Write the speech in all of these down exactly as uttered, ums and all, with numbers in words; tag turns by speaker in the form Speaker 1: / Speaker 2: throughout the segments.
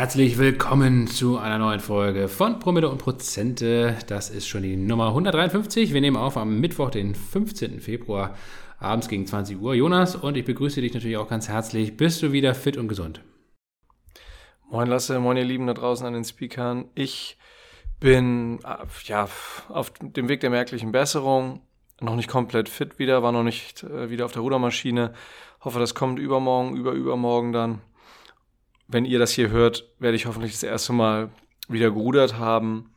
Speaker 1: Herzlich willkommen zu einer neuen Folge von Promille und Prozente. Das ist schon die Nummer hundertdreiundfünfzig. Wir nehmen auf am Mittwoch, den fünfzehnten Februar, abends gegen zwanzig Uhr. Jonas, und ich begrüße dich natürlich auch ganz herzlich. Bist du wieder fit und gesund?
Speaker 2: Moin Lasse, moin ihr Lieben da draußen an den Speakern. Ich bin ja auf dem Weg der merklichen Besserung. Noch nicht komplett fit wieder, war noch nicht äh, wieder auf der Rudermaschine. Hoffe, das kommt übermorgen, über übermorgen dann. Wenn ihr das hier hört, werde ich hoffentlich das erste Mal wieder gerudert haben.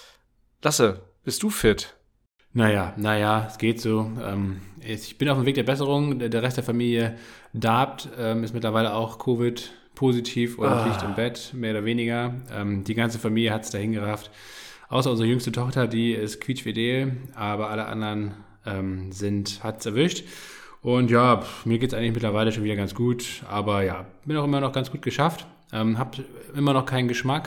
Speaker 2: Lasse, bist du fit?
Speaker 1: Naja, naja, es geht so. Ähm, ich bin auf dem Weg der Besserung. Der Rest der Familie darbt, ähm, ist mittlerweile auch Covid-positiv und ah. liegt im Bett, mehr oder weniger. Ähm, die ganze Familie hat es dahin gerafft. Außer unsere jüngste Tochter, die ist quietschfidel, aber alle anderen ähm, sind, hat es erwischt. Und ja, mir geht es eigentlich mittlerweile schon wieder ganz gut, aber ja, bin auch immer noch ganz gut geschafft, ähm, habe immer noch keinen Geschmack.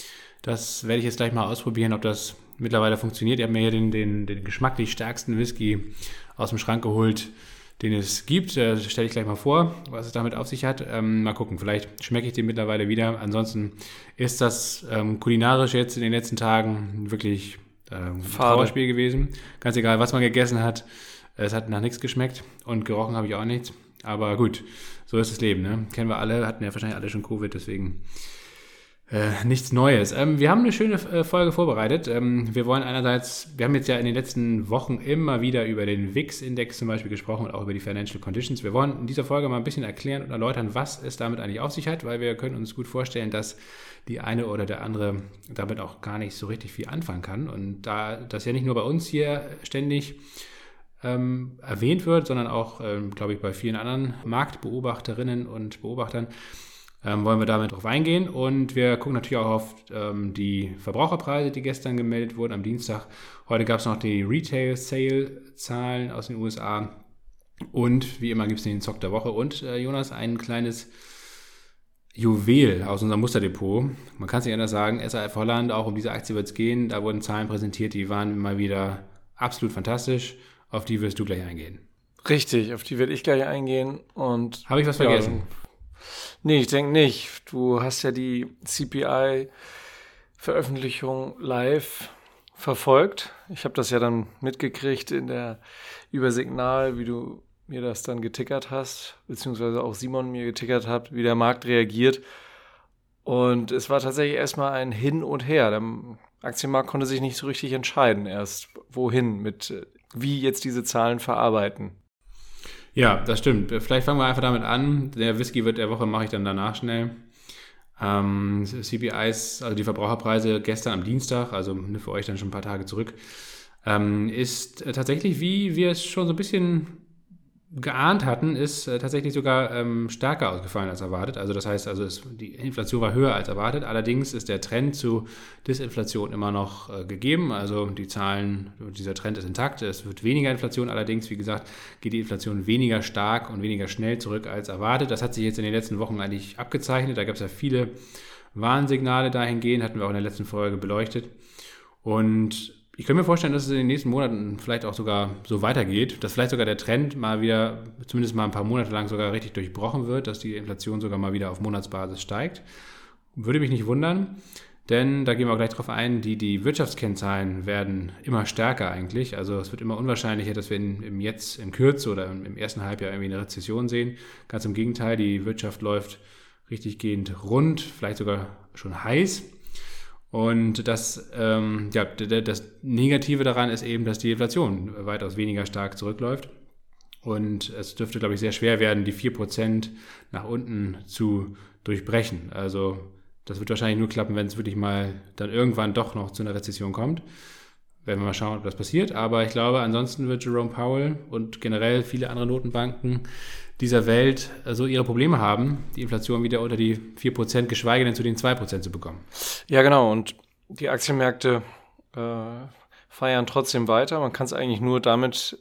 Speaker 1: Das werde ich jetzt gleich mal ausprobieren, ob das mittlerweile funktioniert. Ich habe mir hier den, den, den geschmacklich stärksten Whisky aus dem Schrank geholt, den es gibt. Äh, stelle ich gleich mal vor, was es damit auf sich hat. Ähm, mal gucken, vielleicht schmecke ich den mittlerweile wieder. Ansonsten ist das ähm, kulinarisch jetzt in den letzten Tagen wirklich ähm, ein Trauerspiel gewesen. Ganz egal, was man gegessen hat. Es hat nach nichts geschmeckt und gerochen habe ich auch nichts. Aber gut, so ist das Leben, ne? Kennen wir alle, hatten ja wahrscheinlich alle schon Covid, deswegen äh, nichts Neues. Ähm, wir haben eine schöne äh, Folge vorbereitet. Ähm, wir wollen einerseits, wir haben jetzt ja in den letzten Wochen immer wieder über den V I X-Index zum Beispiel gesprochen und auch über die Financial Conditions. Wir wollen in dieser Folge mal ein bisschen erklären und erläutern, was es damit eigentlich auf sich hat, weil wir können uns gut vorstellen, dass die eine oder der andere damit auch gar nicht so richtig viel anfangen kann. Und da das ja nicht nur bei uns hier ständig Ähm, erwähnt wird, sondern auch, ähm, glaube ich, bei vielen anderen Marktbeobachterinnen und Beobachtern, ähm, wollen wir damit drauf eingehen. Und wir gucken natürlich auch auf ähm, die Verbraucherpreise, die gestern gemeldet wurden am Dienstag. Heute gab es noch die Retail-Sale-Zahlen aus den U S A. Und wie immer gibt es den Zock der Woche. Und äh, Jonas, ein kleines Juwel aus unserem Musterdepot. Man kann es nicht anders sagen, S A F Holland, auch um diese Aktie wird es gehen. Da wurden Zahlen präsentiert, die waren mal wieder absolut fantastisch. Auf die wirst du gleich eingehen.
Speaker 2: Richtig, auf die werde ich gleich eingehen. Und
Speaker 1: habe ich was vergessen?
Speaker 2: Ja, nee, ich denke nicht. Du hast ja die C P I-Veröffentlichung live verfolgt. Ich habe das ja dann mitgekriegt in der Übersignal, wie du mir das dann getickert hast, beziehungsweise auch Simon mir getickert hat, wie der Markt reagiert. Und es war tatsächlich erstmal ein Hin und Her. Der Aktienmarkt konnte sich nicht so richtig entscheiden erst, wohin mit wie jetzt diese Zahlen verarbeiten.
Speaker 1: Ja, das stimmt. Vielleicht fangen wir einfach damit an. Der Whisky wird der Woche, mache ich dann danach schnell. Ähm, C P Is, also die Verbraucherpreise gestern am Dienstag, also für euch dann schon ein paar Tage zurück, ähm, ist tatsächlich, wie wir es schon so ein bisschen geahnt hatten, ist äh, tatsächlich sogar ähm, stärker ausgefallen als erwartet. Also das heißt, also es, die Inflation war höher als erwartet. Allerdings ist der Trend zu Disinflation immer noch äh, gegeben. Also die Zahlen, dieser Trend ist intakt. Es wird weniger Inflation. Allerdings, wie gesagt, geht die Inflation weniger stark und weniger schnell zurück als erwartet. Das hat sich jetzt in den letzten Wochen eigentlich abgezeichnet. Da gab es ja viele Warnsignale dahingehend, hatten wir auch in der letzten Folge beleuchtet. Und ich könnte mir vorstellen, dass es in den nächsten Monaten vielleicht auch sogar so weitergeht, dass vielleicht sogar der Trend mal wieder, zumindest mal ein paar Monate lang sogar richtig durchbrochen wird, dass die Inflation sogar mal wieder auf Monatsbasis steigt. Würde mich nicht wundern, denn da gehen wir auch gleich drauf ein, die, die Wirtschaftskennzahlen werden immer stärker eigentlich. Also es wird immer unwahrscheinlicher, dass wir in, im jetzt, in Kürze oder im ersten Halbjahr irgendwie eine Rezession sehen. Ganz im Gegenteil, die Wirtschaft läuft richtig gehend rund, vielleicht sogar schon heiß. Und das, ähm, ja, das Negative daran ist eben, dass die Inflation weitaus weniger stark zurückläuft. Und es dürfte, glaube ich, sehr schwer werden, die vier Prozent nach unten zu durchbrechen. Also das wird wahrscheinlich nur klappen, wenn es wirklich mal dann irgendwann doch noch zu einer Rezession kommt. Werden wir mal schauen, ob das passiert. Aber ich glaube, ansonsten wird Jerome Powell und generell viele andere Notenbanken dieser Welt so ihre Probleme haben, die Inflation wieder unter die vier Prozent, geschweige denn zu den zwei Prozent zu bekommen.
Speaker 2: Ja, genau. Und die Aktienmärkte äh, feiern trotzdem weiter. Man kann es eigentlich nur damit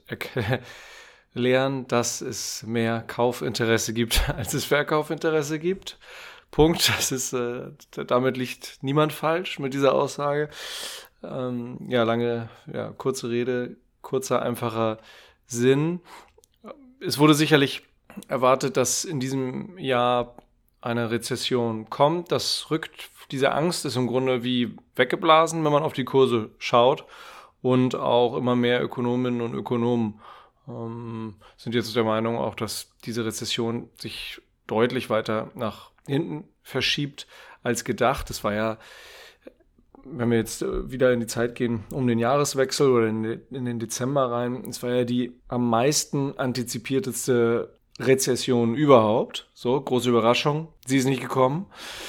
Speaker 2: erklären, dass es mehr Kaufinteresse gibt, als es Verkaufinteresse gibt. Punkt. Das ist, äh, damit liegt niemand falsch mit dieser Aussage. Ähm, ja, lange, ja, kurze Rede, kurzer, einfacher Sinn. Es wurde sicherlich erwartet, dass in diesem Jahr eine Rezession kommt. Das rückt, diese Angst ist im Grunde wie weggeblasen, wenn man auf die Kurse schaut. Und auch immer mehr Ökonominnen und Ökonomen ähm, sind jetzt der Meinung auch, dass diese Rezession sich deutlich weiter nach hinten verschiebt als gedacht. Das war ja, wenn wir jetzt wieder in die Zeit gehen, um den Jahreswechsel oder in, in den Dezember rein, es war ja die am meisten antizipierteste Rezession überhaupt. So, große Überraschung. Sie ist nicht gekommen.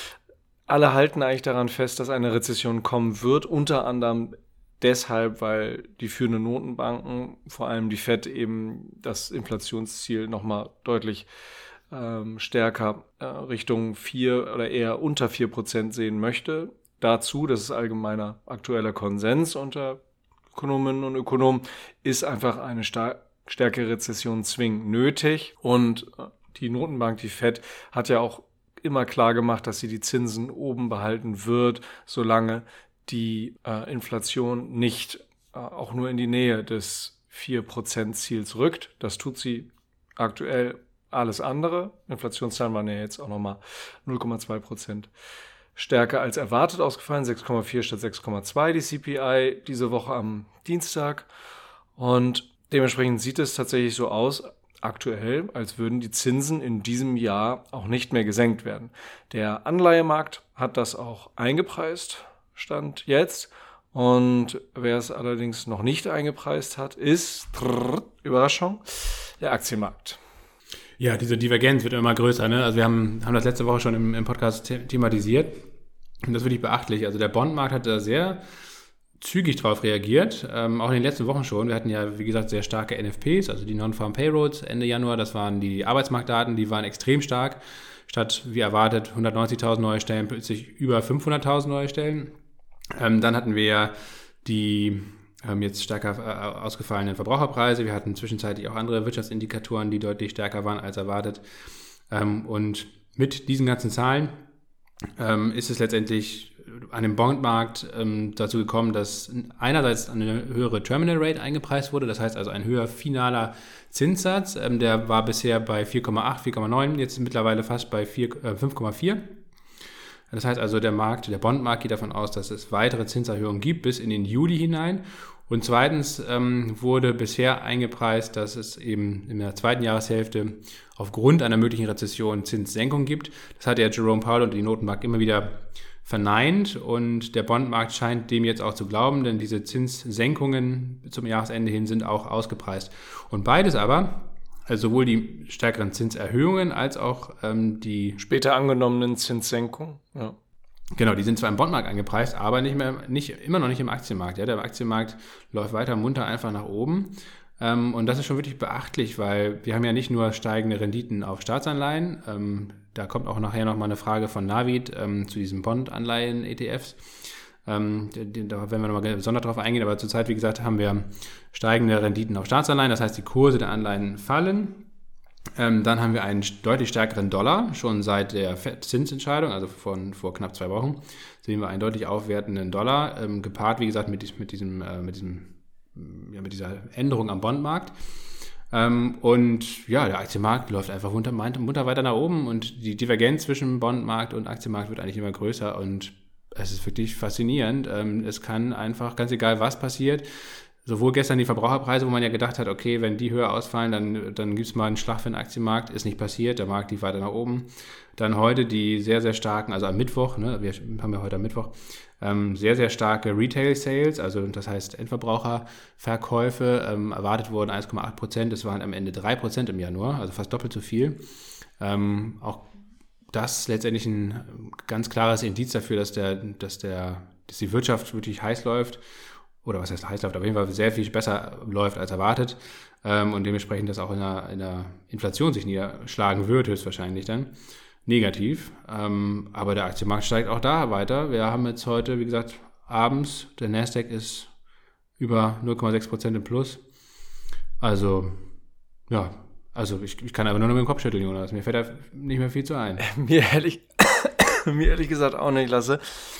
Speaker 2: Alle halten eigentlich daran fest, dass eine Rezession kommen wird, unter anderem deshalb, weil die führenden Notenbanken, vor allem die Fed, eben das Inflationsziel nochmal deutlich ähm, stärker äh, Richtung vier oder eher unter vier Prozent sehen möchte. Dazu, das ist allgemeiner aktueller Konsens unter Ökonominnen und Ökonomen, ist einfach eine star- stärkere Rezession zwingend nötig. Und die Notenbank, die Fed, hat ja auch immer klar gemacht, dass sie die Zinsen oben behalten wird, solange die äh, Inflation nicht äh, auch nur in die Nähe des vier Prozent Ziels rückt. Das tut sie aktuell alles andere. Inflationszahlen waren ja jetzt auch nochmal null Komma zwei Prozent stärker als erwartet ausgefallen, sechs Komma vier statt sechs Komma zwei die C P I diese Woche am Dienstag. Und dementsprechend sieht es tatsächlich so aus, aktuell, als würden die Zinsen in diesem Jahr auch nicht mehr gesenkt werden. Der Anleihemarkt hat das auch eingepreist, Stand jetzt. Und wer es allerdings noch nicht eingepreist hat, ist, trrr, Überraschung, der Aktienmarkt.
Speaker 1: Ja, diese Divergenz wird immer größer. Ne? Also wir haben, haben das letzte Woche schon im, im Podcast the- thematisiert. Und das ist wirklich beachtlich. Also der Bondmarkt hat da sehr zügig drauf reagiert, ähm, auch in den letzten Wochen schon. Wir hatten ja, wie gesagt, sehr starke N F Ps, also die Non-Farm Payrolls Ende Januar. Das waren die Arbeitsmarktdaten, die waren extrem stark. Statt, wie erwartet, hundertneunzigtausend neue Stellen, plötzlich über fünfhunderttausend neue Stellen. Ähm, dann hatten wir die ähm, jetzt stärker äh, ausgefallenen Verbraucherpreise. Wir hatten zwischenzeitlich auch andere Wirtschaftsindikatoren, die deutlich stärker waren als erwartet. Ähm, und mit diesen ganzen Zahlen ähm, ist es letztendlich an dem Bondmarkt ähm, dazu gekommen, dass einerseits eine höhere Terminal Rate eingepreist wurde, das heißt also ein höherer finaler Zinssatz. Ähm, der war bisher bei vier Komma acht, vier Komma neun, jetzt mittlerweile fast bei fünf Komma vier. Das heißt also, der Markt, der Bondmarkt geht davon aus, dass es weitere Zinserhöhungen gibt bis in den Juli hinein. Und zweitens ähm, wurde bisher eingepreist, dass es eben in der zweiten Jahreshälfte aufgrund einer möglichen Rezession Zinssenkung gibt. Das hat ja Jerome Powell und die Notenbank immer wieder verneint und der Bondmarkt scheint dem jetzt auch zu glauben, denn diese Zinssenkungen zum Jahresende hin sind auch ausgepreist. Und beides aber, also sowohl die stärkeren Zinserhöhungen als auch ähm, die
Speaker 2: später angenommenen Zinssenkungen, ja.
Speaker 1: Genau, die sind zwar im Bondmarkt angepreist, aber nicht mehr, nicht, immer noch nicht im Aktienmarkt. Ja? Der Aktienmarkt läuft weiter munter einfach nach oben. Ähm, und das ist schon wirklich beachtlich, weil wir haben ja nicht nur steigende Renditen auf Staatsanleihen. Ähm, da kommt auch nachher nochmal eine Frage von Navid ähm, zu diesen Bondanleihen-E T Fs. Ähm, da werden wir nochmal besonders drauf eingehen. Aber zurzeit, wie gesagt, haben wir steigende Renditen auf Staatsanleihen. Das heißt, die Kurse der Anleihen fallen. Ähm, dann haben wir einen deutlich stärkeren Dollar, schon seit der Zinsentscheidung, also von vor knapp zwei Wochen, sehen wir einen deutlich aufwertenden Dollar, ähm, gepaart, wie gesagt, mit, mit, diesem, äh, mit, diesem, ja, mit dieser Änderung am Bondmarkt. Ähm, und ja, der Aktienmarkt läuft einfach munter, munter weiter nach oben und die Divergenz zwischen Bondmarkt und Aktienmarkt wird eigentlich immer größer und es ist wirklich faszinierend. Ähm, es kann einfach, ganz egal was passiert, sowohl gestern die Verbraucherpreise, wo man ja gedacht hat, okay, wenn die höher ausfallen, dann, dann gibt es mal einen Schlag für den Aktienmarkt. Ist nicht passiert, der Markt lief weiter nach oben. Dann heute die sehr, sehr starken, also am Mittwoch, ne, wir haben ja heute am Mittwoch, ähm, sehr, sehr starke Retail-Sales, also das heißt Endverbraucherverkäufe, ähm, erwartet wurden eins Komma acht Prozent, es waren am Ende drei Prozent im Januar, also fast doppelt so viel. Ähm, auch das letztendlich ein ganz klares Indiz dafür, dass, der, dass, der, dass die Wirtschaft wirklich heiß läuft. Oder was heißt heiß läuft, auf jeden Fall sehr viel besser läuft als erwartet ähm, und dementsprechend das auch in der, in der Inflation sich niederschlagen wird, höchstwahrscheinlich dann negativ. Ähm, aber der Aktienmarkt steigt auch da weiter. Wir haben jetzt heute, wie gesagt, abends, der Nasdaq ist über null Komma sechs Prozent im Plus. Also, ja, also ich, ich kann aber nur noch mit dem Kopf schütteln, Jonas. Mir fällt da nicht mehr viel zu ein.
Speaker 2: Mir ehrlich, mir ehrlich gesagt auch nicht, Lasse.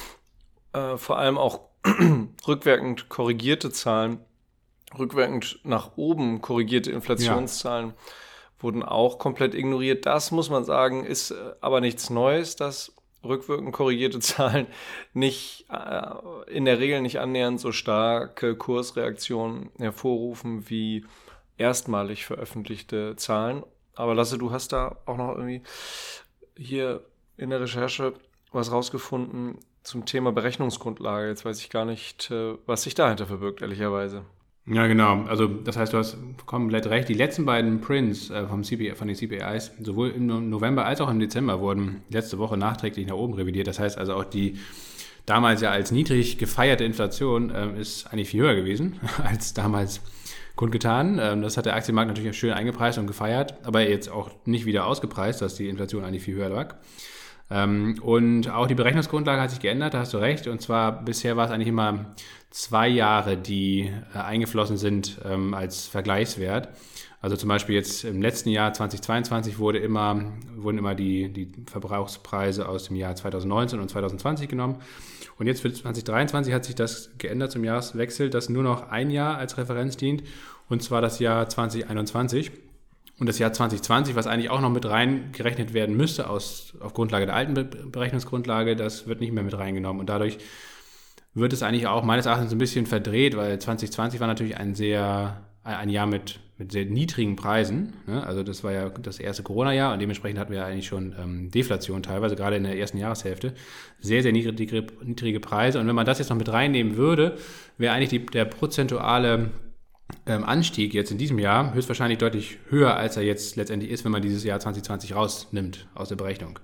Speaker 2: Äh, vor allem auch rückwirkend korrigierte Zahlen, rückwirkend nach oben korrigierte Inflationszahlen, ja, wurden auch komplett ignoriert. Das, muss man sagen, ist aber nichts Neues, dass rückwirkend korrigierte Zahlen nicht äh, in der Regel nicht annähernd so starke Kursreaktionen hervorrufen wie erstmalig veröffentlichte Zahlen. Aber Lasse, du hast da auch noch irgendwie hier in der Recherche was rausgefunden zum Thema Berechnungsgrundlage. Jetzt weiß ich gar nicht, was sich dahinter verbirgt, ehrlicherweise.
Speaker 1: Ja, genau. Also das heißt, du hast komplett recht. Die letzten beiden Prints äh, vom C P I, von den C P Is, sowohl im November als auch im Dezember, wurden letzte Woche nachträglich nach oben revidiert. Das heißt also auch die damals ja als niedrig gefeierte Inflation äh, ist eigentlich viel höher gewesen als damals kundgetan. Ähm, das hat der Aktienmarkt natürlich schön eingepreist und gefeiert, aber jetzt auch nicht wieder ausgepreist, dass die Inflation eigentlich viel höher lag. Ähm, und auch die Berechnungsgrundlage hat sich geändert, da hast du recht. Und zwar bisher war es eigentlich immer zwei Jahre, die äh, eingeflossen sind ähm, als Vergleichswert. Also zum Beispiel jetzt im letzten Jahr zweitausendzweiundzwanzig wurde immer, wurden immer die, die Verbrauchspreise aus dem Jahr zweitausendneunzehn und zweitausendzwanzig genommen. Und jetzt für zweitausenddreiundzwanzig hat sich das geändert zum Jahreswechsel, dass nur noch ein Jahr als Referenz dient, und zwar das Jahr zweitausendeinundzwanzig. Und das Jahr zweitausendzwanzig, was eigentlich auch noch mit reingerechnet werden müsste aus, auf Grundlage der alten Be- Berechnungsgrundlage, das wird nicht mehr mit reingenommen. Und dadurch wird es eigentlich auch meines Erachtens ein bisschen verdreht, weil zweitausendzwanzig war natürlich ein sehr ein Jahr mit, mit sehr niedrigen Preisen. Ne? Also das war ja das erste Corona-Jahr und dementsprechend hatten wir ja eigentlich schon ähm, Deflation teilweise, gerade in der ersten Jahreshälfte. Sehr, sehr niedrige, niedrige Preise. Und wenn man das jetzt noch mit reinnehmen würde, wäre eigentlich die, der prozentuale ähm, Anstieg jetzt in diesem Jahr höchstwahrscheinlich deutlich höher, als er jetzt letztendlich ist, wenn man dieses Jahr zweitausendzwanzig rausnimmt aus der Berechnung.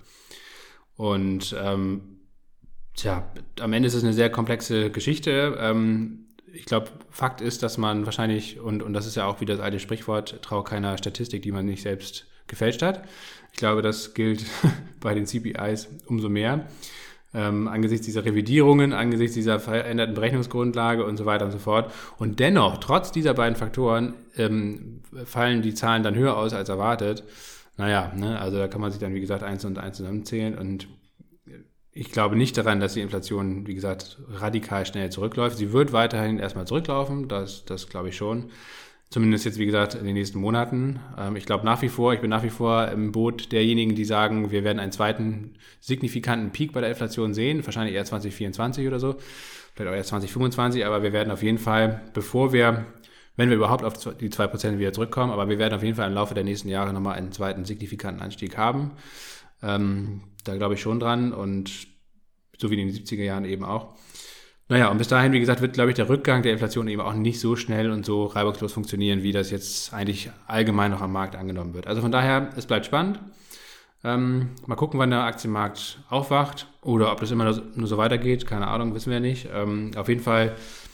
Speaker 1: Und ähm, tja, am Ende ist es eine sehr komplexe Geschichte. Ähm, ich glaube, Fakt ist, dass man wahrscheinlich, und, und das ist ja auch wieder das alte Sprichwort, trau keiner Statistik, die man nicht selbst gefälscht hat. Ich glaube, das gilt bei den C P Is umso mehr. Ähm, angesichts dieser Revidierungen, angesichts dieser veränderten Berechnungsgrundlage und so weiter und so fort. Und dennoch, trotz dieser beiden Faktoren, ähm, fallen die Zahlen dann höher aus als erwartet. Naja, ne, also da kann man sich dann, wie gesagt, eins und eins zusammenzählen. Und ich glaube nicht daran, dass die Inflation, wie gesagt, radikal schnell zurückläuft. Sie wird weiterhin erstmal zurücklaufen, das, das glaube ich schon. Zumindest jetzt, wie gesagt, in den nächsten Monaten. Ähm, ich glaube nach wie vor, ich bin nach wie vor im Boot derjenigen, die sagen, wir werden einen zweiten signifikanten Peak bei der Inflation sehen, wahrscheinlich eher zwanzig vierundzwanzig oder so, vielleicht auch eher zwanzig fünfundzwanzig, aber wir werden auf jeden Fall, bevor wir, wenn wir überhaupt auf die zwei Prozent wieder zurückkommen, aber wir werden auf jeden Fall im Laufe der nächsten Jahre nochmal einen zweiten signifikanten Anstieg haben. Ähm, da glaube ich schon dran, und so wie in den siebziger Jahren eben auch. Naja, und bis dahin, wie gesagt, wird, glaube ich, der Rückgang der Inflation eben auch nicht so schnell und so reibungslos funktionieren, wie das jetzt eigentlich allgemein noch am Markt angenommen wird. Also von daher, es bleibt spannend. Ähm, mal gucken, wann der Aktienmarkt aufwacht oder ob das immer nur so weitergeht. Keine Ahnung, wissen wir nicht. Ähm, auf jeden Fall,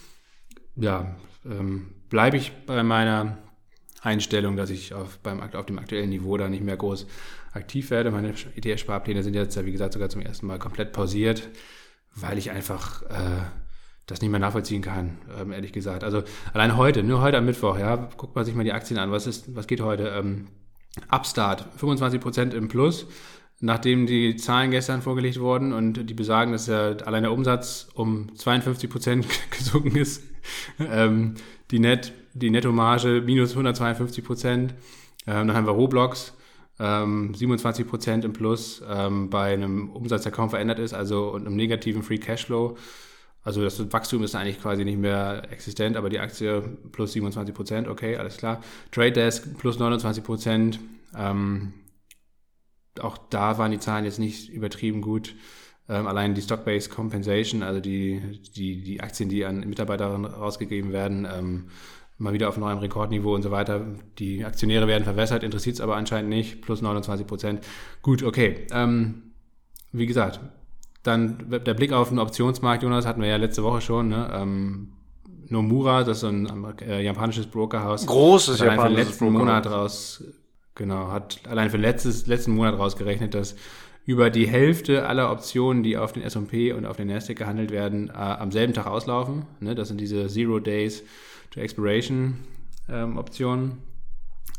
Speaker 1: ja, ähm, bleibe ich bei meiner Einstellung, dass ich auf, beim, auf dem aktuellen Niveau da nicht mehr groß aktiv werde. Meine E T F-Sparpläne sind jetzt, wie gesagt, sogar zum ersten Mal komplett pausiert, weil ich einfach äh, das nicht mehr nachvollziehen kann, ähm, ehrlich gesagt. Also allein heute, nur heute am Mittwoch, ja, guckt man sich mal die Aktien an. Was ist, was geht heute? Ähm, Upstart, fünfundzwanzig Prozent im Plus, nachdem die Zahlen gestern vorgelegt wurden und die besagen, dass ja allein der Umsatz um zweiundfünfzig Prozent gesunken ist. ähm, die, Net, die Nettomarge minus hundertzweiundfünfzig Prozent. Ähm, dann haben wir Roblox, ähm, siebenundzwanzig Prozent im Plus, ähm, bei einem Umsatz, der kaum verändert ist, also und einem negativen Free Cashflow. Also das Wachstum ist eigentlich quasi nicht mehr existent, aber die Aktie plus siebenundzwanzig Prozent, okay, alles klar. Trade Desk plus neunundzwanzig Prozent. Ähm, auch da waren die Zahlen jetzt nicht übertrieben gut. Ähm, allein die Stock-Based Compensation, also die, die, die Aktien, die an Mitarbeiter rausgegeben werden, ähm, mal wieder auf neuem Rekordniveau und so weiter. Die Aktionäre werden verwässert, interessiert es aber anscheinend nicht, plus neunundzwanzig Prozent. Gut, okay. Ähm, wie gesagt, dann der Blick auf den Optionsmarkt, Jonas, hatten wir ja letzte Woche schon, ne? Ähm, Nomura, das ist so ein äh, japanisches Brokerhaus.
Speaker 2: Großes
Speaker 1: japanisches
Speaker 2: Brokerhaus.
Speaker 1: Für den letzten Monat raus, genau, hat allein für den letztes, letzten Monat rausgerechnet, dass über die Hälfte aller Optionen, die auf den S und P und auf den Nasdaq gehandelt werden, äh, am selben Tag auslaufen. Ne? Das sind diese Zero Days to Expiration ähm, Optionen.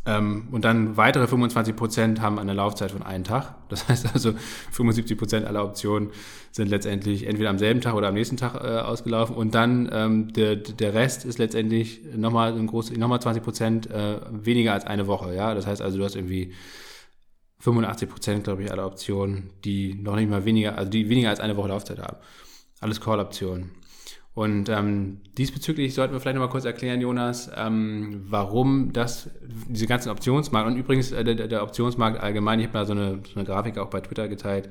Speaker 1: Ähm, und dann weitere fünfundzwanzig Prozent haben eine Laufzeit von einem Tag. Das heißt also, fünfundsiebzig Prozent aller Optionen sind letztendlich entweder am selben Tag oder am nächsten Tag äh, ausgelaufen. Und dann ähm, der, der Rest ist letztendlich nochmal ein groß, nochmal zwanzig Prozent äh, weniger als eine Woche. Ja? Das heißt also, du hast irgendwie fünfundachtzig Prozent, glaube ich, aller Optionen, die noch nicht mal weniger, also die weniger als eine Woche Laufzeit haben. Alles Call-Optionen. Und ähm, diesbezüglich sollten wir vielleicht noch mal kurz erklären, Jonas, ähm, warum das, diese ganzen Optionsmarkt, und übrigens äh, der, der Optionsmarkt allgemein, ich habe da so eine, so eine Grafik auch bei Twitter geteilt,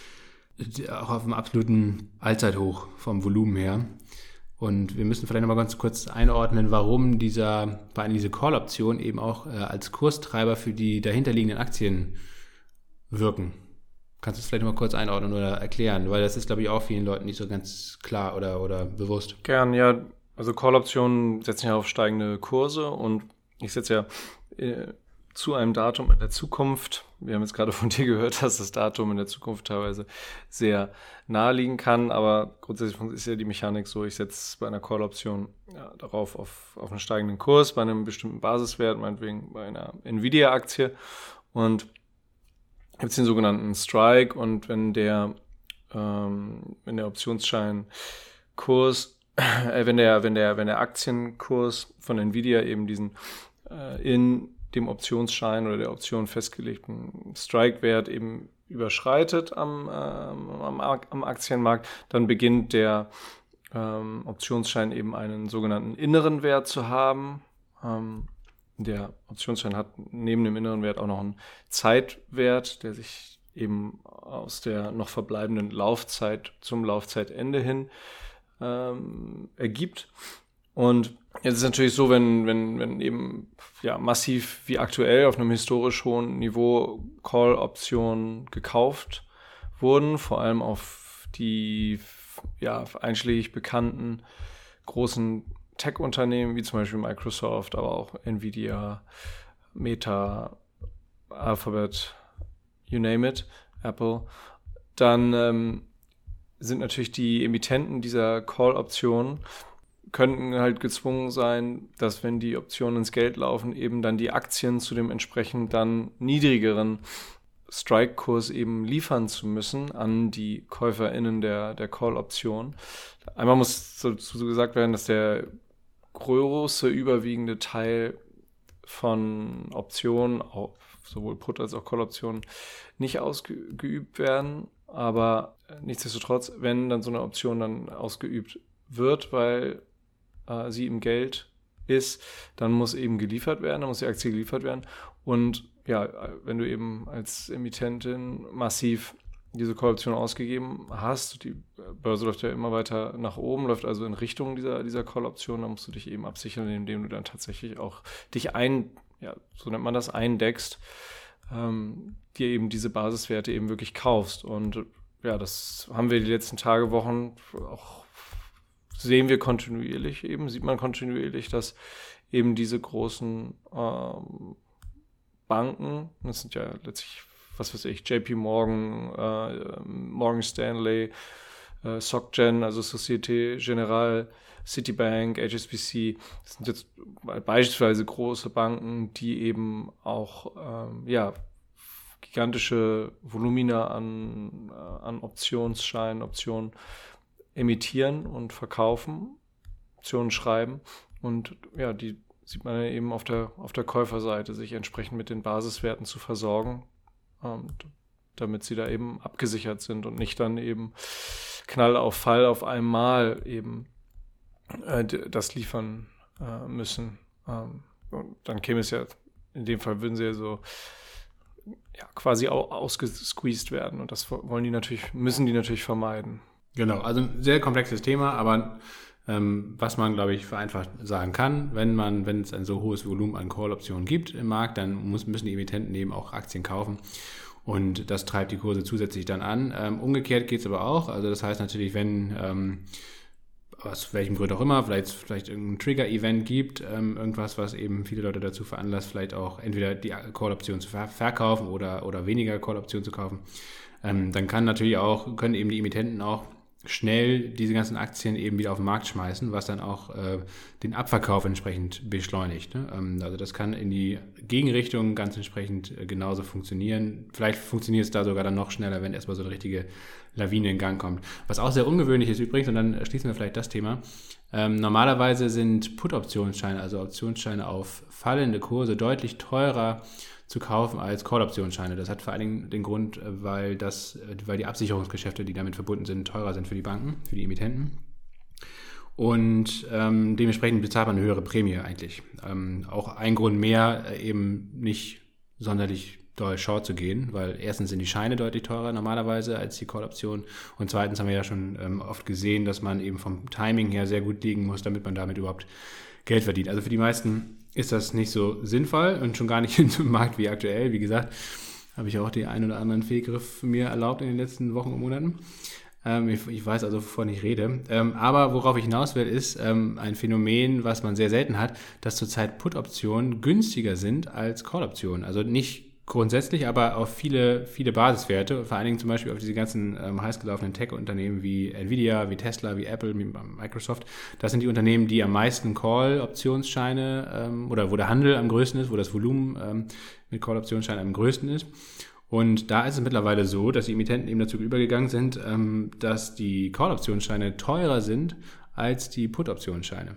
Speaker 1: auch auf einem absoluten Allzeithoch vom Volumen her. Und wir müssen vielleicht noch mal ganz kurz einordnen, warum dieser, vor allem diese Call-Option eben auch äh, als Kurstreiber für die dahinterliegenden Aktien wirken. Kannst du es vielleicht mal kurz einordnen oder erklären? Weil das ist, glaube ich, auch vielen Leuten nicht so ganz klar oder, oder bewusst.
Speaker 2: Gern, ja. Also Call-Optionen setzen ja auf steigende Kurse und ich setze ja äh, zu einem Datum in der Zukunft. Wir haben jetzt gerade von dir gehört, dass das Datum in der Zukunft teilweise sehr nahe liegen kann, aber grundsätzlich ist ja die Mechanik so, ich setze bei einer Call-Option ja, darauf auf, auf einen steigenden Kurs, bei einem bestimmten Basiswert, meinetwegen bei einer Nvidia-Aktie, und gibt es den sogenannten Strike, und wenn der, ähm, wenn der Optionsscheinkurs, äh, wenn der, wenn der, wenn der Aktienkurs von Nvidia eben diesen äh, in dem Optionsschein oder der Option festgelegten Strike-Wert eben überschreitet am, ähm, am, am Aktienmarkt, dann beginnt der ähm, Optionsschein eben einen sogenannten inneren Wert zu haben. Ähm, Der Optionsschein hat neben dem inneren Wert auch noch einen Zeitwert, der sich eben aus der noch verbleibenden Laufzeit zum Laufzeitende hin ähm, ergibt. Und jetzt ist es natürlich so, wenn, wenn, wenn eben ja, massiv wie aktuell auf einem historisch hohen Niveau Call-Optionen gekauft wurden, vor allem auf die ja, einschlägig bekannten großen Tech-Unternehmen, wie zum Beispiel Microsoft, aber auch Nvidia, Meta, Alphabet, you name it, Apple, dann ähm, sind natürlich die Emittenten dieser Call-Optionen, könnten halt gezwungen sein, dass, wenn die Optionen ins Geld laufen, eben dann die Aktien zu dem entsprechend dann niedrigeren Strike-Kurs eben liefern zu müssen an die KäuferInnen der, der Call-Option. Einmal muss dazu gesagt werden, dass der große, überwiegende Teil von Optionen, auch sowohl Put- als auch Call-Optionen, nicht ausgeübt werden. Aber nichtsdestotrotz, wenn dann so eine Option dann ausgeübt wird, weil äh, sie im Geld ist, dann muss eben geliefert werden, dann muss die Aktie geliefert werden. Und ja, wenn du eben als Emittentin massiv diese Call-Option ausgegeben hast, die Börse läuft ja immer weiter nach oben, läuft also in Richtung dieser, dieser Call-Option, dann musst du dich eben absichern, indem du dann tatsächlich auch dich ein, ja, so nennt man das, eindeckst, ähm, dir eben diese Basiswerte eben wirklich kaufst. Und ja, das haben wir die letzten Tage, Wochen auch, sehen wir kontinuierlich eben, sieht man kontinuierlich, dass eben diese großen ähm, Banken, das sind ja letztlich, was weiß ich, J P Morgan, äh, Morgan Stanley, äh, SocGen, also Societe Generale, Citibank, H S B C, das sind jetzt beispielsweise große Banken, die eben auch ähm, ja, gigantische Volumina an, äh, an Optionsscheinen, Optionen emittieren und verkaufen, Optionen schreiben, und ja, die sieht man ja eben auf der, auf der Käuferseite, sich entsprechend mit den Basiswerten zu versorgen, ähm, damit sie da eben abgesichert sind und nicht dann eben Knall auf Fall auf einmal eben äh, das liefern äh, müssen. Ähm, und dann käme es ja, in dem Fall würden sie ja so ja, quasi au- ausgesqueezed werden, und das wollen die natürlich, müssen die natürlich vermeiden.
Speaker 1: Genau, also ein sehr komplexes Thema, aber ähm, was man, glaube ich, vereinfacht sagen kann, wenn man, wenn es ein so hohes Volumen an Call-Optionen gibt im Markt, dann muss, müssen die Emittenten eben auch Aktien kaufen, und das treibt die Kurse zusätzlich dann an. Ähm, umgekehrt geht es aber auch, also das heißt natürlich, wenn ähm, aus welchem Grund auch immer, vielleicht vielleicht irgendein Trigger-Event gibt, ähm, irgendwas, was eben viele Leute dazu veranlasst, vielleicht auch entweder die Call-Option zu ver- verkaufen oder, oder weniger Call-Option zu kaufen, ähm, dann kann natürlich auch, können eben die Emittenten auch schnell diese ganzen Aktien eben wieder auf den Markt schmeißen, was dann auch äh, den Abverkauf entsprechend beschleunigt. Ne? Ähm, also das kann in die Gegenrichtung ganz entsprechend äh, genauso funktionieren. Vielleicht funktioniert es da sogar dann noch schneller, wenn erstmal so eine richtige Lawine in Gang kommt. Was auch sehr ungewöhnlich ist übrigens, und dann schließen wir vielleicht das Thema, ähm, normalerweise sind Put-Optionsscheine, also Optionsscheine auf fallende Kurse, deutlich teurer zu kaufen als Call-Optionsscheine. Das hat vor allen Dingen den Grund, weil, das, weil die Absicherungsgeschäfte, die damit verbunden sind, teurer sind für die Banken, für die Emittenten. Und ähm, dementsprechend bezahlt man eine höhere Prämie eigentlich. Ähm, auch ein Grund mehr, eben nicht sonderlich doll short zu gehen, weil erstens sind die Scheine deutlich teurer normalerweise als die Call-Option und zweitens haben wir ja schon ähm, oft gesehen, dass man eben vom Timing her sehr gut liegen muss, damit man damit überhaupt Geld verdient. Also für die meisten ist das nicht so sinnvoll und schon gar nicht in so einem Markt wie aktuell. Wie gesagt, habe ich auch den einen oder anderen Fehlgriff mir erlaubt in den letzten Wochen und Monaten. Ähm, ich, ich weiß also, wovon ich rede. Ähm, aber worauf ich hinaus will, ist ähm, ein Phänomen, was man sehr selten hat, dass zurzeit Put-Optionen günstiger sind als Call-Optionen. Also nicht grundsätzlich, aber auf viele, viele Basiswerte, vor allen Dingen zum Beispiel auf diese ganzen ähm, heißgelaufenen Tech-Unternehmen wie Nvidia, wie Tesla, wie Apple, wie Microsoft. Das sind die Unternehmen, die am meisten Call-Optionsscheine ähm, oder wo der Handel am größten ist, wo das Volumen ähm, mit Call-Optionsscheinen am größten ist. Und da ist es mittlerweile so, dass die Emittenten eben dazu übergegangen sind, ähm, dass die Call-Optionsscheine teurer sind als die Put-Optionsscheine.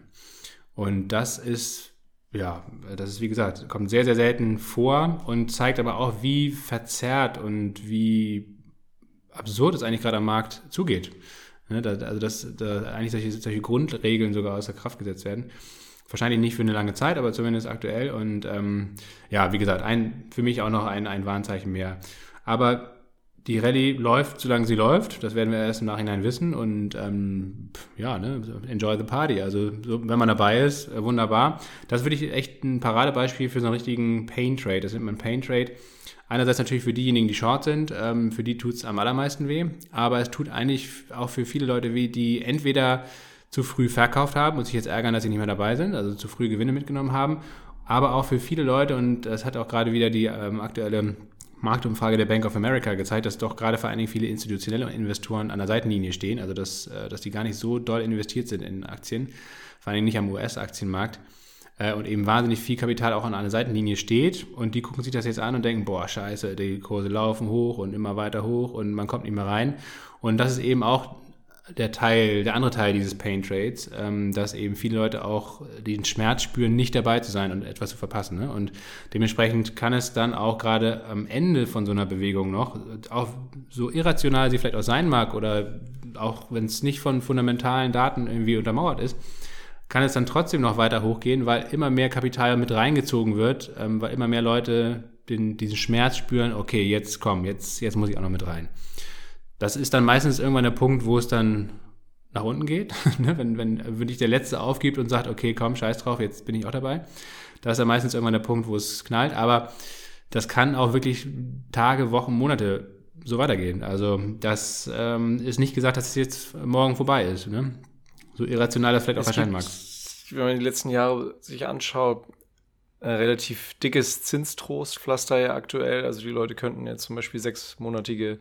Speaker 1: Und das ist Ja, das ist wie gesagt, kommt sehr, sehr selten vor und zeigt aber auch, wie verzerrt und wie absurd es eigentlich gerade am Markt zugeht. Ne, da, also dass da eigentlich solche, solche Grundregeln sogar außer Kraft gesetzt werden. Wahrscheinlich nicht für eine lange Zeit, aber zumindest aktuell. Und ähm, ja, wie gesagt, ein, für mich auch noch ein, ein Warnzeichen mehr. Aber die Rallye läuft, solange sie läuft. Das werden wir erst im Nachhinein wissen. Und ähm, ja, ne, enjoy the party. Also so, wenn man dabei ist, äh, wunderbar. Das ist wirklich echt ein Paradebeispiel für so einen richtigen Pain Trade. Das nennt man Pain Trade. Einerseits natürlich für diejenigen, die short sind. Ähm, für die tut es am allermeisten weh. Aber es tut eigentlich auch für viele Leute weh, die entweder zu früh verkauft haben und sich jetzt ärgern, dass sie nicht mehr dabei sind, also zu früh Gewinne mitgenommen haben. Aber auch für viele Leute, und das hat auch gerade wieder die ähm, aktuelle Marktumfrage der Bank of America gezeigt, dass doch gerade vor allen Dingen viele institutionelle Investoren an der Seitenlinie stehen, also dass, dass die gar nicht so doll investiert sind in Aktien, vor allen Dingen nicht am U S-Aktienmarkt und eben wahnsinnig viel Kapital auch an einer Seitenlinie steht und die gucken sich das jetzt an und denken, boah, scheiße, die Kurse laufen hoch und immer weiter hoch und man kommt nicht mehr rein und das ist eben auch der Teil, der andere Teil dieses Pain Trades, ähm, dass eben viele Leute auch den Schmerz spüren, nicht dabei zu sein und etwas zu verpassen. Ne? Und dementsprechend kann es dann auch gerade am Ende von so einer Bewegung noch, auch so irrational sie vielleicht auch sein mag oder auch wenn es nicht von fundamentalen Daten irgendwie untermauert ist, kann es dann trotzdem noch weiter hochgehen, weil immer mehr Kapital mit reingezogen wird, ähm, weil immer mehr Leute den, diesen Schmerz spüren, okay, jetzt komm, jetzt, jetzt muss ich auch noch mit rein. Das ist dann meistens irgendwann der Punkt, wo es dann nach unten geht, wenn, wenn wirklich der Letzte aufgibt und sagt, okay, komm, scheiß drauf, jetzt bin ich auch dabei. Da ist dann meistens irgendwann der Punkt, wo es knallt, aber das kann auch wirklich Tage, Wochen, Monate so weitergehen. Also das ähm, ist nicht gesagt, dass es jetzt morgen vorbei ist. Ne? So irrational das vielleicht auch erscheinen mag.
Speaker 2: Wenn man die letzten Jahre sich anschaut, ein relativ dickes Zinstrostpflaster ja aktuell. Also die Leute könnten jetzt zum Beispiel sechsmonatige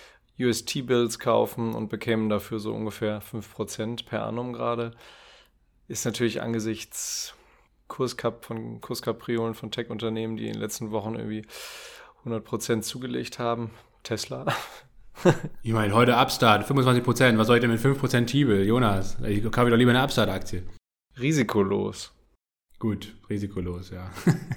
Speaker 2: U S T-Bills kaufen und bekämen dafür so ungefähr fünf Prozent per annum gerade. Ist natürlich angesichts Kurskap von Kurskapriolen von Tech-Unternehmen, die in den letzten Wochen irgendwie hundert Prozent zugelegt haben. Tesla.
Speaker 1: Ich meine, heute Upstart, fünfundzwanzig Prozent. Was soll ich denn mit fünf Prozent T-Bill? Jonas, ich kaufe doch lieber eine Upstart-Aktie.
Speaker 2: Risikolos.
Speaker 1: Gut, risikolos, ja.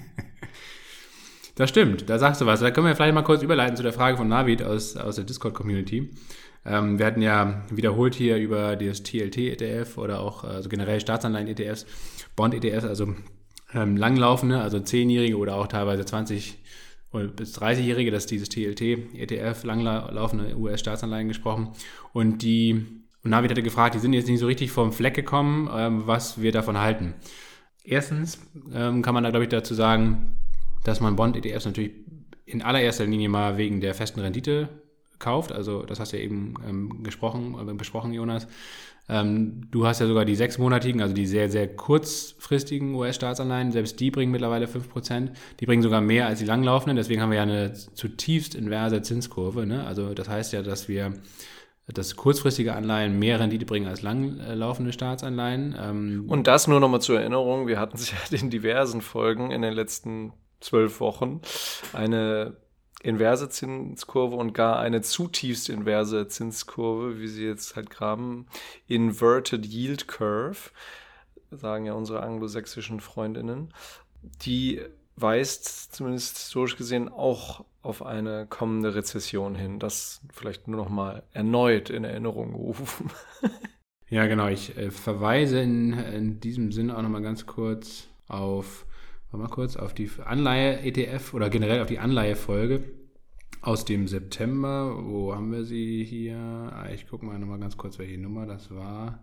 Speaker 1: Das stimmt, da sagst du was. Da können wir vielleicht mal kurz überleiten zu der Frage von Navid aus, aus der Discord-Community. Ähm, wir hatten ja wiederholt hier über das T L T-E T F oder auch also generell Staatsanleihen-E T Fs, Bond-E T Fs, also ähm, langlaufende, also zehnjährige oder auch teilweise zwanzig bis dreißigjährige, das ist dieses T L T-E T F, langlaufende U S-Staatsanleihen gesprochen. Und die und Navid hatte gefragt, die sind jetzt nicht so richtig vom Fleck gekommen, ähm, was wir davon halten. Erstens ähm, kann man da, glaube ich, dazu sagen, dass man Bond-E T Fs natürlich in allererster Linie mal wegen der festen Rendite kauft. Also das hast du ja eben ähm, gesprochen, äh, besprochen, Jonas. Ähm, du hast ja sogar die sechsmonatigen, also die sehr, sehr kurzfristigen U S-Staatsanleihen. Selbst die bringen mittlerweile fünf Prozent. Die bringen sogar mehr als die langlaufenden. Deswegen haben wir ja eine zutiefst inverse Zinskurve. Ne? Also das heißt ja, dass wir dass kurzfristige Anleihen mehr Rendite bringen als langlaufende Staatsanleihen. Ähm,
Speaker 2: Und das nur nochmal zur Erinnerung, wir hatten es ja in diversen Folgen in den letzten zwölf Wochen, eine inverse Zinskurve und gar eine zutiefst inverse Zinskurve, wie sie jetzt halt graben, Inverted Yield Curve, sagen ja unsere anglosächsischen Freundinnen, die weist zumindest historisch gesehen auch auf eine kommende Rezession hin. Das vielleicht nur noch mal erneut in Erinnerung gerufen.
Speaker 1: Ja, genau. Ich äh, verweise in, in diesem Sinne auch noch mal ganz kurz auf, mal kurz, auf die Anleihe-E T F oder generell auf die Anleihefolge aus dem September. Wo haben wir sie hier? Ah, ich gucke mal noch mal ganz kurz, welche Nummer das war.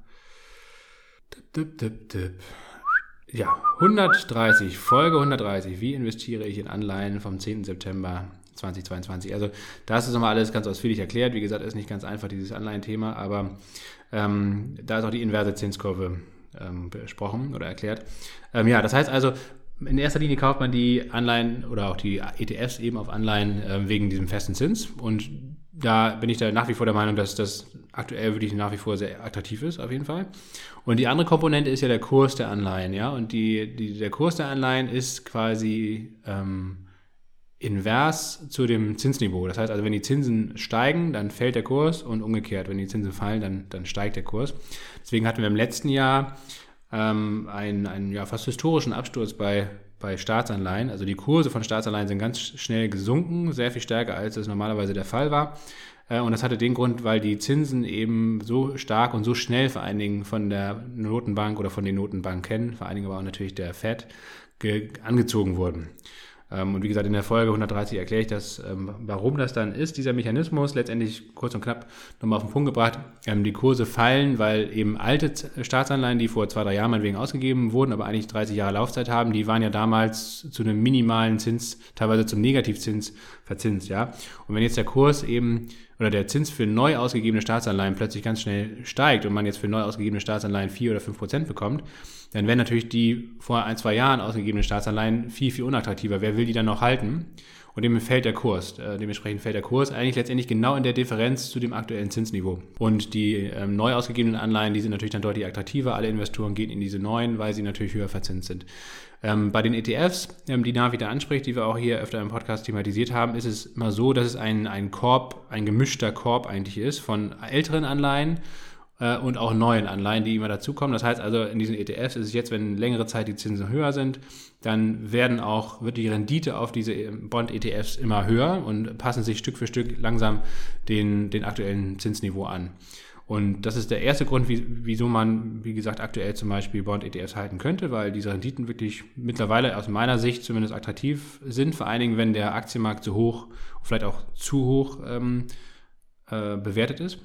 Speaker 1: Tipp, tipp, tipp, tipp. Ja, hundertdreißig, Folge hundertdreißig. Wie investiere ich in Anleihen vom zehnten September zweitausendzweiundzwanzig? Also das ist nochmal alles ganz ausführlich erklärt. Wie gesagt, ist nicht ganz einfach, dieses Anleihenthema, aber ähm, da ist auch die inverse Zinskurve ähm, besprochen oder erklärt. Ähm, ja, das heißt also, in erster Linie kauft man die Anleihen oder auch die E T Fs eben auf Anleihen äh, wegen diesem festen Zins. Und da bin ich da nach wie vor der Meinung, dass das aktuell wirklich nach wie vor sehr attraktiv ist, auf jeden Fall. Und die andere Komponente ist ja der Kurs der Anleihen, ja. Und die, die, der Kurs der Anleihen ist quasi ähm, invers zu dem Zinsniveau. Das heißt also, wenn die Zinsen steigen, dann fällt der Kurs und umgekehrt, wenn die Zinsen fallen, dann, dann steigt der Kurs. Deswegen hatten wir im letzten Jahr ähm, einen, einen ja, fast historischen Absturz bei, bei Staatsanleihen. Also die Kurse von Staatsanleihen sind ganz schnell gesunken, sehr viel stärker, als das normalerweise der Fall war. Und das hatte den Grund, weil die Zinsen eben so stark und so schnell vor allen Dingen von der Notenbank oder von den Notenbanken, vor allen Dingen aber auch natürlich der Fed, ge- angezogen wurden. Und wie gesagt, in der Folge hundertdreißig erkläre ich das, warum das dann ist, dieser Mechanismus. Letztendlich kurz und knapp nochmal auf den Punkt gebracht. Die Kurse fallen, weil eben alte Staatsanleihen, die vor zwei, drei Jahren meinetwegen ausgegeben wurden, aber eigentlich dreißig Jahre Laufzeit haben, die waren ja damals zu einem minimalen Zins, teilweise zum Negativzins verzinst. Ja? Und wenn jetzt der Kurs eben oder der Zins für neu ausgegebene Staatsanleihen plötzlich ganz schnell steigt und man jetzt für neu ausgegebene Staatsanleihen vier oder fünf Prozent bekommt, dann werden natürlich die vor ein, zwei Jahren ausgegebenen Staatsanleihen viel, viel unattraktiver. Wer will die dann noch halten? Und dem fällt der Kurs. Äh, dementsprechend fällt der Kurs eigentlich letztendlich genau in der Differenz zu dem aktuellen Zinsniveau. Und die ähm, neu ausgegebenen Anleihen, die sind natürlich dann deutlich attraktiver. Alle Investoren gehen in diese neuen, weil sie natürlich höher verzinst sind. Ähm, bei den E T Fs, ähm, die Navi da anspricht, die wir auch hier öfter im Podcast thematisiert haben, ist es immer so, dass es ein, ein Korb, ein gemischter Korb eigentlich ist von älteren Anleihen äh, und auch neuen Anleihen, die immer dazukommen. Das heißt also, in diesen E T Fs ist es jetzt, wenn längere Zeit die Zinsen höher sind, dann werden auch, wird die Rendite auf diese Bond-E T Fs immer höher und passen sich Stück für Stück langsam den, den aktuellen Zinsniveau an. Und das ist der erste Grund, wie, wieso man, wie gesagt, aktuell zum Beispiel Bond-E T Fs halten könnte, weil diese Renditen wirklich mittlerweile aus meiner Sicht zumindest attraktiv sind, vor allen Dingen, wenn der Aktienmarkt so hoch, vielleicht auch zu hoch ähm, äh, bewertet ist.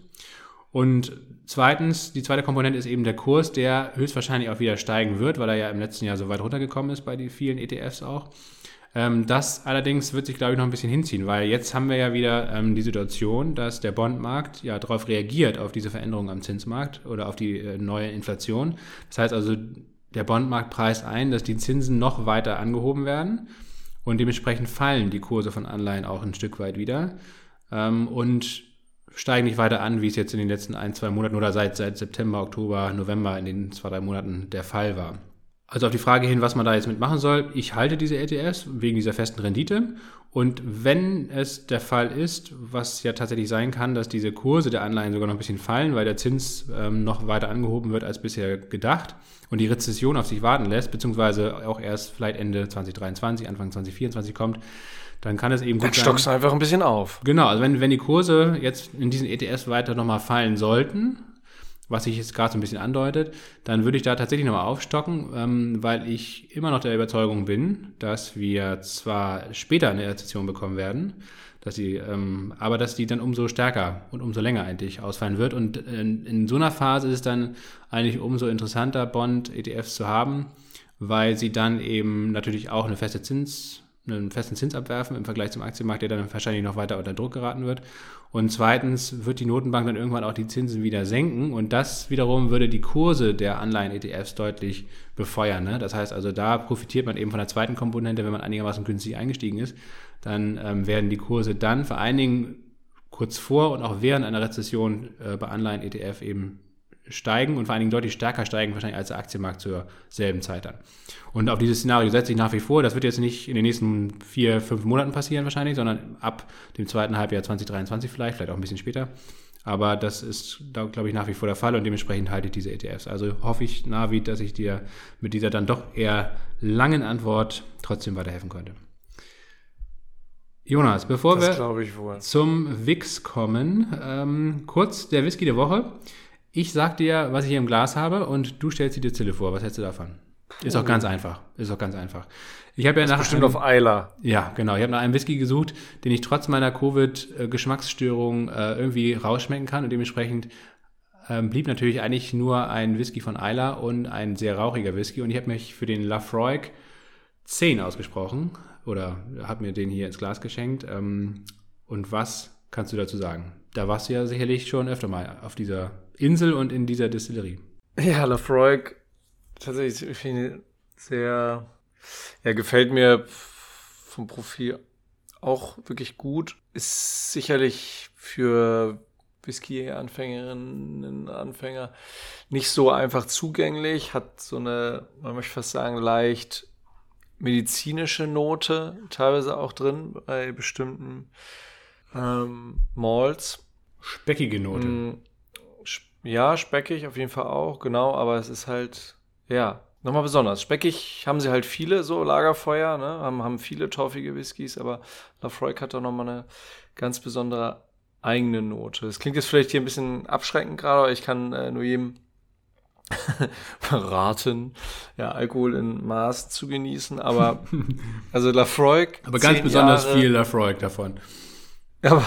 Speaker 1: Und zweitens, die zweite Komponente ist eben der Kurs, der höchstwahrscheinlich auch wieder steigen wird, weil er ja im letzten Jahr so weit runtergekommen ist bei den vielen E T Fs auch. Ähm, das allerdings wird sich, glaube ich, noch ein bisschen hinziehen, weil jetzt haben wir ja wieder ähm, die Situation, dass der Bondmarkt ja darauf reagiert, auf diese Veränderungen am Zinsmarkt oder auf die äh, neue Inflation. Das heißt also, der Bondmarkt preist ein, dass die Zinsen noch weiter angehoben werden und dementsprechend fallen die Kurse von Anleihen auch ein Stück weit wieder ähm, und steigen nicht weiter an, wie es jetzt in den letzten ein, zwei Monaten oder seit, seit September, Oktober, November in den zwei, drei Monaten der Fall war. Also auf die Frage hin, was man da jetzt mitmachen soll, ich halte diese E T Fs wegen dieser festen Rendite und wenn es der Fall ist, was ja tatsächlich sein kann, dass diese Kurse der Anleihen sogar noch ein bisschen fallen, weil der Zins ähm, noch weiter angehoben wird als bisher gedacht und die Rezession auf sich warten lässt, beziehungsweise auch erst vielleicht Ende zwanzig dreiundzwanzig, Anfang zwanzig vierundzwanzig kommt, dann kann es eben gut sein.
Speaker 2: Dann stockst du einfach ein bisschen auf.
Speaker 1: Genau, also wenn, wenn die Kurse jetzt in diesen E T Fs weiter nochmal fallen sollten, was sich jetzt gerade so ein bisschen andeutet, dann würde ich da tatsächlich nochmal aufstocken, ähm, weil ich immer noch der Überzeugung bin, dass wir zwar später eine Rezession bekommen werden, dass die, ähm, aber dass die dann umso stärker und umso länger eigentlich ausfallen wird. Und in, in so einer Phase ist es dann eigentlich umso interessanter, Bond-E T Fs zu haben, weil sie dann eben natürlich auch eine feste Zins einen festen Zins abwerfen im Vergleich zum Aktienmarkt, der dann wahrscheinlich noch weiter unter Druck geraten wird. Und zweitens wird die Notenbank dann irgendwann auch die Zinsen wieder senken und das wiederum würde die Kurse der Anleihen-E T Fs deutlich befeuern. Ne? Das heißt also, da profitiert man eben von der zweiten Komponente, wenn man einigermaßen günstig eingestiegen ist, dann ähm, werden die Kurse dann vor allen Dingen kurz vor und auch während einer Rezession äh, bei Anleihen-E T F eben steigen und vor allen Dingen deutlich stärker steigen wahrscheinlich als der Aktienmarkt zur selben Zeit dann. Und auf dieses Szenario setze ich nach wie vor. Das wird jetzt nicht in den nächsten vier, fünf Monaten passieren wahrscheinlich, sondern ab dem zweiten Halbjahr zwanzig dreiundzwanzig vielleicht, vielleicht auch ein bisschen später. Aber das ist, da glaube ich, nach wie vor der Fall und dementsprechend halte ich diese E T Fs. Also hoffe ich, Navid, dass ich dir mit dieser dann doch eher langen Antwort trotzdem weiterhelfen konnte. Jonas, bevor
Speaker 2: das
Speaker 1: wir zum W I X kommen, ähm, kurz der Whisky der Woche. Ich sag dir, was ich hier im Glas habe und du stellst die Distille vor. Was hältst du davon? Ist auch ganz einfach. Ist auch ganz einfach. Ich habe ja
Speaker 2: das
Speaker 1: nach
Speaker 2: bestimmt
Speaker 1: einem,
Speaker 2: auf Eiler.
Speaker 1: Ja, genau. Ich habe nach einem Whisky gesucht, den ich trotz meiner Covid-Geschmacksstörung äh, irgendwie rausschmecken kann und dementsprechend ähm, blieb natürlich eigentlich nur ein Whisky von Eiler und ein sehr rauchiger Whisky und ich habe mich für den Lafroig zehn ausgesprochen oder habe mir den hier ins Glas geschenkt. Ähm, und was kannst du dazu sagen? Da warst du ja sicherlich schon öfter mal auf dieser Insel und in dieser Distillerie.
Speaker 2: Ja, Lafroig, tatsächlich ich finde sehr, ja, gefällt mir vom Profil auch wirklich gut. Ist sicherlich für Whisky-Anfängerinnen und Anfänger nicht so einfach zugänglich, hat so eine, man möchte fast sagen, leicht medizinische Note teilweise auch drin bei bestimmten ähm, Malts.
Speaker 1: Speckige Note.
Speaker 2: Mm, ja, speckig auf jeden Fall auch, genau, aber es ist halt, ja, nochmal besonders. Speckig haben sie halt viele so Lagerfeuer, ne, haben, haben viele torfige Whiskys, aber Lafroig hat doch nochmal eine ganz besondere eigene Note. Das klingt jetzt vielleicht hier ein bisschen abschreckend gerade, aber ich kann äh, nur jedem raten, ja, Alkohol in Maß zu genießen, aber also Lafroig.
Speaker 1: Aber ganz besonders
Speaker 2: Jahre,
Speaker 1: viel Lafroig davon.
Speaker 2: Aber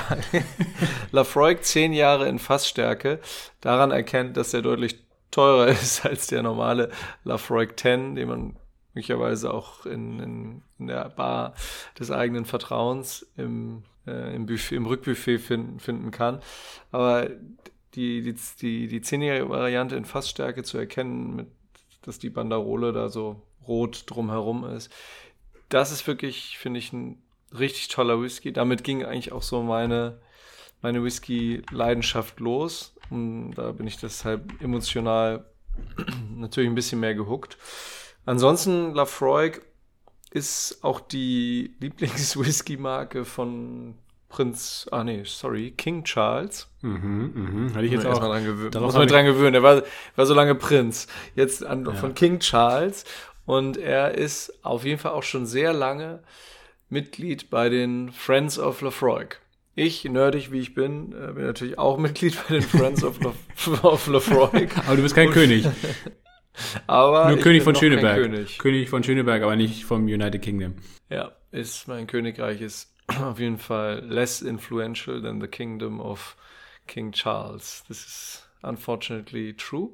Speaker 2: Lafroig zehn Jahre in Fassstärke, daran erkennt, dass er deutlich teurer ist als der normale Lafroig zehn, den man möglicherweise auch in, in, in der Bar des eigenen Vertrauens im, äh, im, Buffet, im Rückbuffet finden, finden kann. Aber die, die, die, die zehnjährige Variante in Fassstärke zu erkennen, mit, dass die Banderole da so rot drumherum ist, das ist wirklich, finde ich, ein richtig toller Whisky. Damit ging eigentlich auch so meine, meine Whisky-Leidenschaft los. Und da bin ich deshalb emotional natürlich ein bisschen mehr gehuckt. Ansonsten, Lafroig ist auch die Lieblings-Whisky-Marke von Prinz, ah nee, sorry, King Charles.
Speaker 1: Mhm, mhm. Hatte ich jetzt auch.
Speaker 2: Dran gewöhnt. Muss man dran gewöhnen. Er war, war so lange Prinz. Jetzt an, ja. Von King Charles. Und er ist auf jeden Fall auch schon sehr lange Mitglied bei den Friends of Lafroig. Ich, nerdig wie ich bin, bin natürlich auch Mitglied bei den Friends of, La- of Lafroig.
Speaker 1: Aber du bist kein Und, König.
Speaker 2: Aber
Speaker 1: Nur
Speaker 2: ich
Speaker 1: König
Speaker 2: bin
Speaker 1: von Schöneberg.
Speaker 2: König.
Speaker 1: König von Schöneberg, aber nicht vom United Kingdom.
Speaker 2: Ja, ist mein Königreich ist auf jeden Fall less influential than the kingdom of King Charles. This is unfortunately true.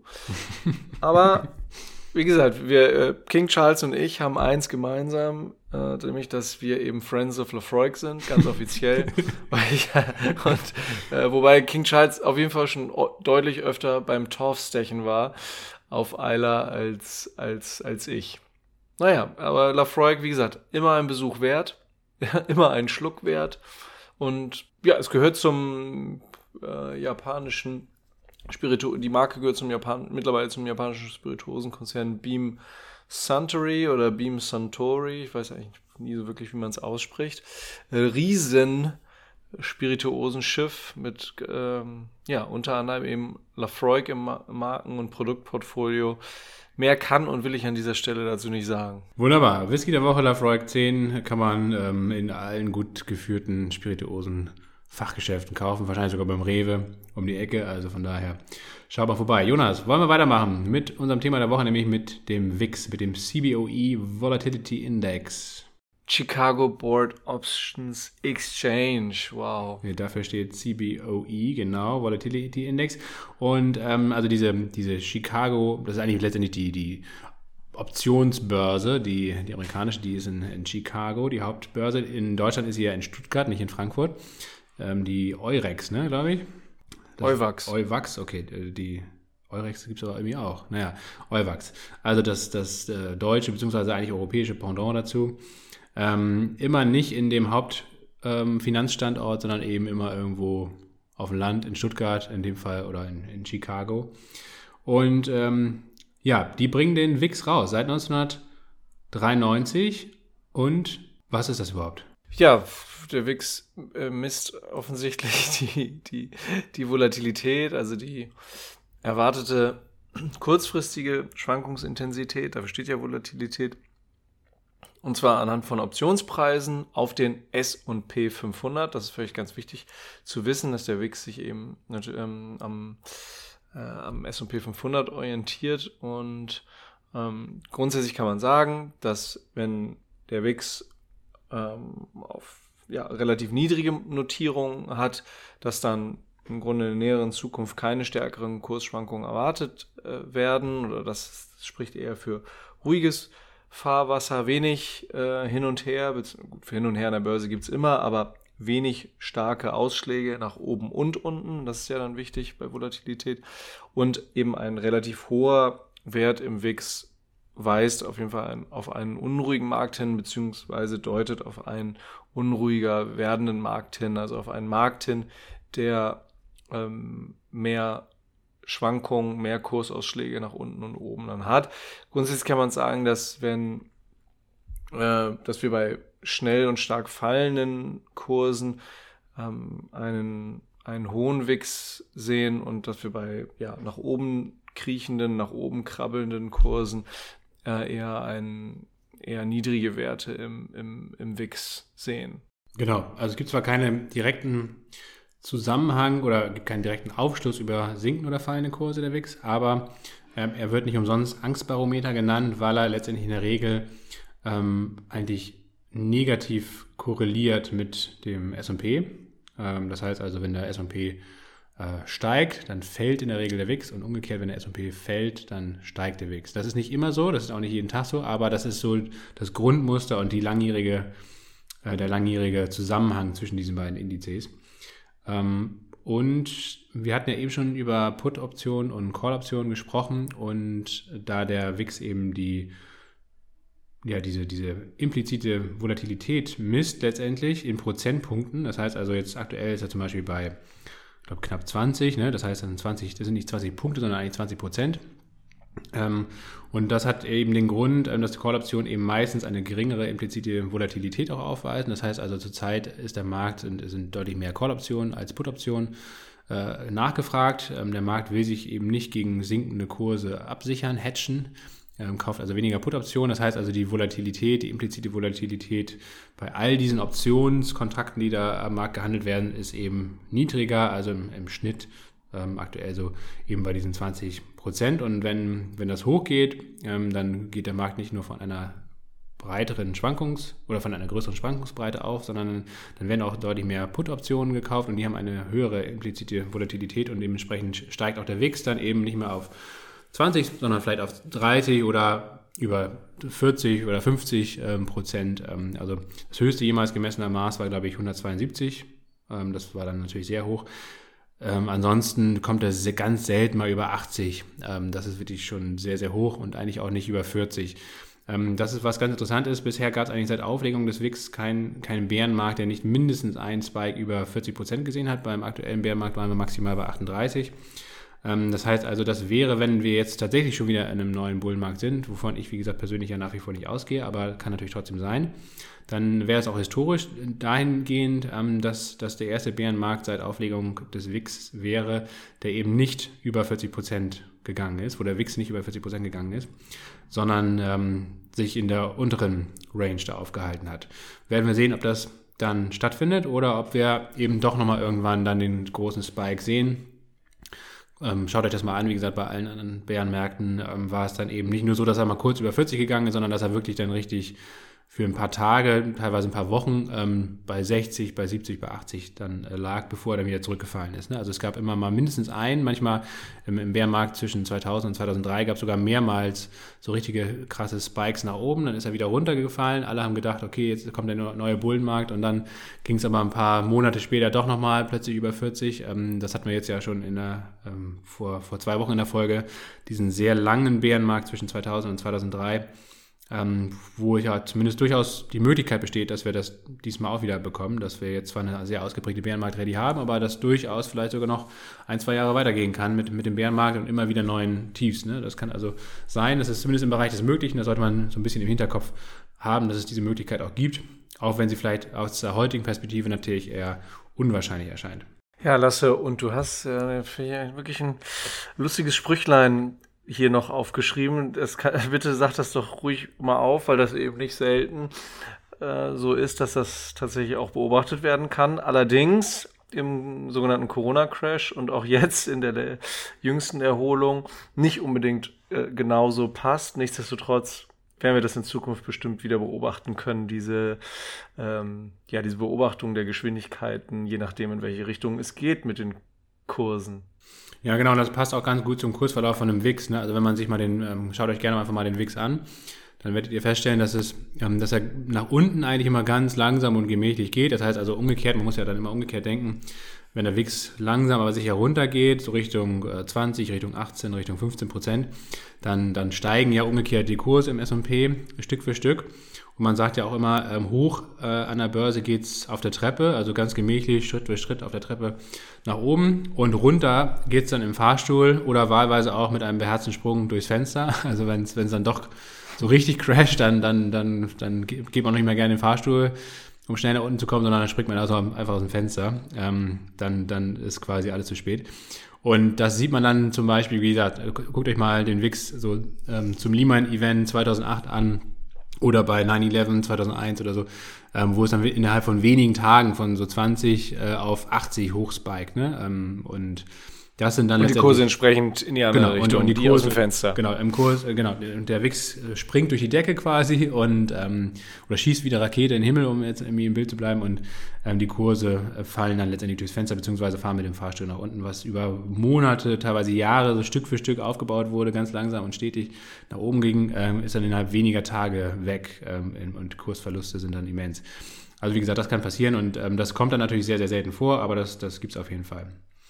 Speaker 2: Aber wie gesagt, wir, äh, King Charles und ich haben eins gemeinsam, äh, nämlich, dass wir eben Friends of Lafroig sind, ganz offiziell. Weil ich, und, äh, wobei King Charles auf jeden Fall schon o- deutlich öfter beim Torfstechen war auf Eiler als, als, als ich. Naja, aber Lafroig, wie gesagt, immer ein Besuch wert, immer ein Schluck wert. Und ja, es gehört zum äh, japanischen Spiritu- die Marke gehört zum Japan- mittlerweile zum japanischen Spirituosenkonzern Beam Suntory oder Beam Suntory. Ich weiß eigentlich nie so wirklich, wie man es ausspricht. Äh, riesen Spirituosenschiff mit ähm, ja, unter anderem eben Lafroig im Ma- Marken- und Produktportfolio. Mehr kann und will ich an dieser Stelle dazu nicht sagen.
Speaker 1: Wunderbar. Whisky der Woche Lafroig zehn kann man ähm, in allen gut geführten Spirituosen Fachgeschäften kaufen, wahrscheinlich sogar beim Rewe um die Ecke, also von daher schau mal vorbei. Jonas, wollen wir weitermachen mit unserem Thema der Woche, nämlich mit dem W I X, mit dem C B O E Volatility Index.
Speaker 2: Chicago Board Options Exchange, wow.
Speaker 1: Ja, dafür steht C B O E, genau, Volatility Index. Und ähm, also diese, diese Chicago, das ist eigentlich letztendlich die, die Optionsbörse, die, die amerikanische, die ist in, in Chicago, die Hauptbörse. In Deutschland ist sie ja in Stuttgart, nicht in Frankfurt. Die Eurex, ne, glaube ich.
Speaker 2: Das Euwax.
Speaker 1: Euwax, okay. Die Eurex gibt es aber irgendwie auch. Naja, Euwax. Also das, das äh, deutsche bzw. eigentlich europäische Pendant dazu. Ähm, immer nicht in dem Haupt, ähm, Finanzstandort, sondern eben immer irgendwo auf dem Land, in Stuttgart in dem Fall oder in, in Chicago. Und ähm, ja, die bringen den W I X raus seit neunzehnhundertdreiundneunzig. Und was ist das überhaupt?
Speaker 2: Ja, der W I X äh, misst offensichtlich die, die, die Volatilität, also die erwartete kurzfristige Schwankungsintensität, dafür steht ja Volatilität, und zwar anhand von Optionspreisen auf den S und P fünfhundert. Das ist vielleicht ganz wichtig zu wissen, dass der W I X sich eben ähm, am, äh, am S und P fünfhundert orientiert. Und ähm, grundsätzlich kann man sagen, dass wenn der W I X ähm, auf ja, relativ niedrige Notierungen hat, dass dann im Grunde in der näheren Zukunft keine stärkeren Kursschwankungen erwartet äh, werden. Oder das, das spricht eher für ruhiges Fahrwasser, wenig äh, hin und her, gut, für hin und her an der Börse gibt es immer, aber wenig starke Ausschläge nach oben und unten, das ist ja dann wichtig bei Volatilität, und eben ein relativ hoher Wert im W I X weist auf jeden Fall ein, auf einen unruhigen Markt hin, beziehungsweise deutet auf einen unruhiger werdenden Markt hin, also auf einen Markt hin, der ähm, mehr Schwankungen, mehr Kursausschläge nach unten und oben dann hat. Grundsätzlich kann man sagen, dass wenn, äh, dass wir bei schnell und stark fallenden Kursen ähm, einen, einen hohen W I X sehen und dass wir bei ja, nach oben kriechenden, nach oben krabbelnden Kursen äh, eher, ein, eher niedrige Werte im, im, im W I X sehen.
Speaker 1: Genau, also es gibt zwar keine direkten Zusammenhang oder gibt keinen direkten Aufschluss über sinkende oder fallende Kurse der W I X, aber ähm, er wird nicht umsonst Angstbarometer genannt, weil er letztendlich in der Regel ähm, eigentlich negativ korreliert mit dem S und P. Ähm, das heißt also, wenn der S und P äh, steigt, dann fällt in der Regel der W I X und umgekehrt, wenn der S und P fällt, dann steigt der W I X. Das ist nicht immer so, das ist auch nicht jeden Tag so, aber das ist so das Grundmuster und die langjährige, äh, der langjährige Zusammenhang zwischen diesen beiden Indizes. Ähm, und wir hatten ja eben schon über Put-Optionen und Call-Optionen gesprochen, und da der W I X eben die, ja, diese, diese implizite Volatilität misst letztendlich in Prozentpunkten, das heißt also jetzt aktuell ist er zum Beispiel bei, ich glaube, knapp zwanzig, ne? Das heißt, das sind, zwanzig, das sind nicht zwanzig Punkte, sondern eigentlich zwanzig Prozent. Ähm, und das hat eben den Grund, ähm, dass die Call-Optionen eben meistens eine geringere implizite Volatilität auch aufweisen. Das heißt also, zurzeit ist der Markt, sind, sind deutlich mehr Call-Optionen als Put-Optionen äh, nachgefragt. Ähm, der Markt will sich eben nicht gegen sinkende Kurse absichern, hedgen, ähm, kauft also weniger Put-Optionen. Das heißt also, die Volatilität, die implizite Volatilität bei all diesen Optionskontrakten, die da am Markt gehandelt werden, ist eben niedriger, also im, im Schnitt ähm, aktuell so eben bei diesen zwanzig Prozent. Und wenn, wenn das hochgeht, ähm, dann geht der Markt nicht nur von einer breiteren Schwankungs- oder von einer größeren Schwankungsbreite auf, sondern dann werden auch deutlich mehr Put-Optionen gekauft und die haben eine höhere implizite Volatilität und dementsprechend steigt auch der W I X dann eben nicht mehr auf zwanzig, sondern vielleicht auf dreißig oder über vierzig oder fünfzig ähm, Prozent. Ähm, also das höchste jemals gemessene Maß war, glaube ich, hundertzweiundsiebzig. Ähm, das war dann natürlich sehr hoch. Ähm, ansonsten kommt er ganz selten mal über achtzig. Ähm, das ist wirklich schon sehr, sehr hoch und eigentlich auch nicht über vierzig. Ähm, das ist, was ganz interessant ist. Bisher gab es eigentlich seit Auflegung des W I X keinen kein Bärenmarkt, der nicht mindestens einen Spike über vierzig Prozent gesehen hat. Beim aktuellen Bärenmarkt waren wir maximal bei achtunddreißig. Ähm, das heißt also, das wäre, wenn wir jetzt tatsächlich schon wieder in einem neuen Bullenmarkt sind, wovon ich, wie gesagt, persönlich ja nach wie vor nicht ausgehe, aber kann natürlich trotzdem sein, dann wäre es auch historisch dahingehend, ähm, dass, dass der erste Bärenmarkt seit Auflegung des W I X wäre, der eben nicht über vierzig Prozent gegangen ist, wo der W I X nicht über vierzig Prozent gegangen ist, sondern ähm, sich in der unteren Range da aufgehalten hat. Werden wir sehen, ob das dann stattfindet oder ob wir eben doch nochmal irgendwann dann den großen Spike sehen. Ähm, schaut euch das mal an, wie gesagt, bei allen anderen Bärenmärkten ähm, war es dann eben nicht nur so, dass er mal kurz über vierzig gegangen ist, sondern dass er wirklich dann richtig für ein paar Tage, teilweise ein paar Wochen ähm, bei sechzig, bei siebzig, bei achtzig dann äh, lag, bevor er dann wieder zurückgefallen ist. Ne? Also es gab immer mal mindestens einen, manchmal im, im Bärenmarkt zwischen zweitausend und zweitausenddrei gab es sogar mehrmals so richtige krasse Spikes nach oben, dann ist er wieder runtergefallen, alle haben gedacht, okay, jetzt kommt der neue Bullenmarkt und dann ging es aber ein paar Monate später doch nochmal plötzlich über vierzig. Ähm, das hatten wir jetzt ja schon in der, ähm, vor, vor zwei Wochen in der Folge, diesen sehr langen Bärenmarkt zwischen zweitausend und zweitausenddrei. ähm, wo ja zumindest durchaus die Möglichkeit besteht, dass wir das diesmal auch wieder bekommen, dass wir jetzt zwar eine sehr ausgeprägte Bärenmarkt-Rallye haben, aber dass durchaus vielleicht sogar noch ein, zwei Jahre weitergehen kann mit, mit dem Bärenmarkt und immer wieder neuen Tiefs. Ne? Das kann also sein, das ist zumindest im Bereich des Möglichen, da sollte man so ein bisschen im Hinterkopf haben, dass es diese Möglichkeit auch gibt, auch wenn sie vielleicht aus der heutigen Perspektive natürlich eher unwahrscheinlich erscheint.
Speaker 2: Ja, Lasse, und du hast äh, wirklich ein lustiges Sprüchlein hier noch aufgeschrieben. Das kann, bitte sag das doch ruhig mal auf, weil das eben nicht selten äh, so ist, dass das tatsächlich auch beobachtet werden kann. Allerdings im sogenannten Corona-Crash und auch jetzt in der, der jüngsten Erholung nicht unbedingt äh, genauso passt. Nichtsdestotrotz werden wir das in Zukunft bestimmt wieder beobachten können, diese, ähm, ja, diese Beobachtung der Geschwindigkeiten, je nachdem, in welche Richtung es geht mit den Kursen.
Speaker 1: Ja, genau, das passt auch ganz gut zum Kursverlauf von einem W I X. Ne? Also wenn man sich mal den, ähm, schaut euch gerne einfach mal den W I X an, dann werdet ihr feststellen, dass es, ähm, dass er nach unten eigentlich immer ganz langsam und gemächlich geht. Das heißt also umgekehrt, man muss ja dann immer umgekehrt denken, wenn der W I X langsam aber sicher runtergeht, so Richtung äh, zwanzig, Richtung achtzehn, Richtung fünfzehn Prozent, dann, dann steigen ja umgekehrt die Kurse im S und P Stück für Stück. Und man sagt ja auch immer, ähm, hoch äh, an der Börse geht's auf der Treppe, also ganz gemächlich, Schritt für Schritt auf der Treppe nach oben. Und runter geht's dann im Fahrstuhl oder wahlweise auch mit einem beherzten Sprung durchs Fenster. Also wenn es dann doch so richtig crasht, dann, dann, dann, dann geht man nicht mehr gerne in den Fahrstuhl, um schnell nach unten zu kommen, sondern dann springt man also einfach aus dem Fenster. Ähm, dann, dann ist quasi alles zu spät. Und das sieht man dann zum Beispiel, wie gesagt, guckt euch mal den W I X so ähm, zum Lehman-Event zweitausendacht an oder bei nine eleven zweitausendeins oder so, ähm, wo es dann innerhalb von wenigen Tagen von so zwanzig äh, auf achtzig hochspiked. Ne? Ähm, und das sind dann
Speaker 2: und die Kurse entsprechend in die andere
Speaker 1: genau,
Speaker 2: Richtung,
Speaker 1: und, und die,
Speaker 2: die
Speaker 1: Kurse,
Speaker 2: aus dem Fenster.
Speaker 1: Genau, im Kurs, äh, genau, der W I X springt durch die Decke quasi und ähm, oder schießt wie eine Rakete in den Himmel, um jetzt irgendwie im Bild zu bleiben, und ähm, die Kurse äh, fallen dann letztendlich durchs Fenster, beziehungsweise fahren mit dem Fahrstuhl nach unten, was über Monate, teilweise Jahre so Stück für Stück aufgebaut wurde, ganz langsam und stetig nach oben ging, ähm, ist dann innerhalb weniger Tage weg ähm, und Kursverluste sind dann immens. Also wie gesagt, das kann passieren und ähm, das kommt dann natürlich sehr, sehr selten vor, aber das, das gibt es auf jeden Fall.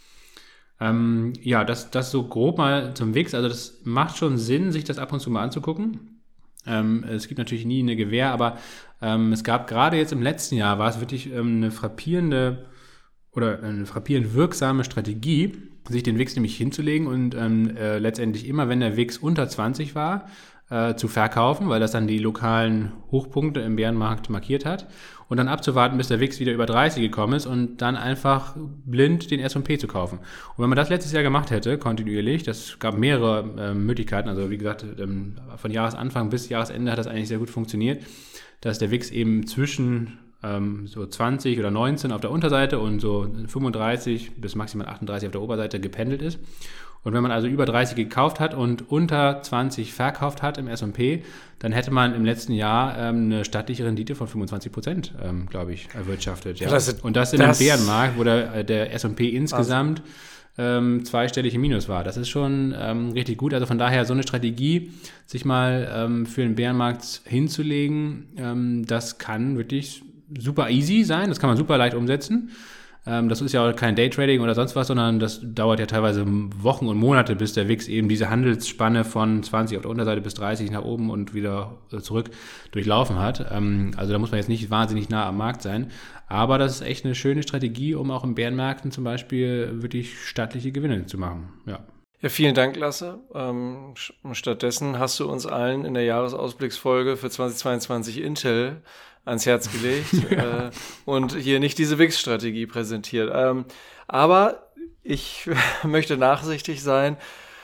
Speaker 1: Ähm, ja, das, das so grob mal zum W I X. Also das macht schon Sinn, sich das ab und zu mal anzugucken. Ähm, es gibt natürlich nie eine Gewähr, aber ähm, es gab gerade jetzt im letzten Jahr, war es wirklich ähm, eine frappierende oder eine frappierend wirksame Strategie, sich den W I X nämlich hinzulegen und ähm, äh, letztendlich immer, wenn der W I X unter zwanzig war, äh, zu verkaufen, weil das dann die lokalen Hochpunkte im Bärenmarkt markiert hat. Und dann abzuwarten, bis der W I X wieder über dreißig gekommen ist und dann einfach blind den S und P zu kaufen. Und wenn man das letztes Jahr gemacht hätte, kontinuierlich, das gab mehrere äh, Möglichkeiten, also wie gesagt, ähm, von Jahresanfang bis Jahresende hat das eigentlich sehr gut funktioniert, dass der W I X eben zwischen ähm, so zwanzig oder neunzehn auf der Unterseite und so fünfunddreißig bis maximal achtunddreißig auf der Oberseite gependelt ist. Und wenn man also über dreißig gekauft hat und unter zwanzig verkauft hat im S und P, dann hätte man im letzten Jahr ähm, eine stattliche Rendite von fünfundzwanzig Prozent, ähm, glaube ich, erwirtschaftet. Ja.
Speaker 2: Das ist,
Speaker 1: und das in
Speaker 2: das
Speaker 1: einem Bärenmarkt, wo der, der S und P insgesamt ähm, zweistellig im Minus war. Das ist schon ähm, richtig gut. Also von daher so eine Strategie, sich mal ähm, für den Bärenmarkt hinzulegen, ähm, das kann wirklich super easy sein. Das kann man super leicht umsetzen. Das ist ja auch kein Daytrading oder sonst was, sondern das dauert ja teilweise Wochen und Monate, bis der W I X eben diese Handelsspanne von zwanzig auf der Unterseite bis dreißig nach oben und wieder zurück durchlaufen hat. Also da muss man jetzt nicht wahnsinnig nah am Markt sein. Aber das ist echt eine schöne Strategie, um auch in Bärenmärkten zum Beispiel wirklich stattliche Gewinne zu machen. Ja.
Speaker 2: Ja, vielen Dank, Lasse. Ähm, stattdessen hast du uns allen in der Jahresausblicksfolge für zweitausendzweiundzwanzig Intel ans Herz gelegt ja. äh, und hier nicht diese W I X-Strategie präsentiert. Ähm, aber ich möchte nachsichtig sein.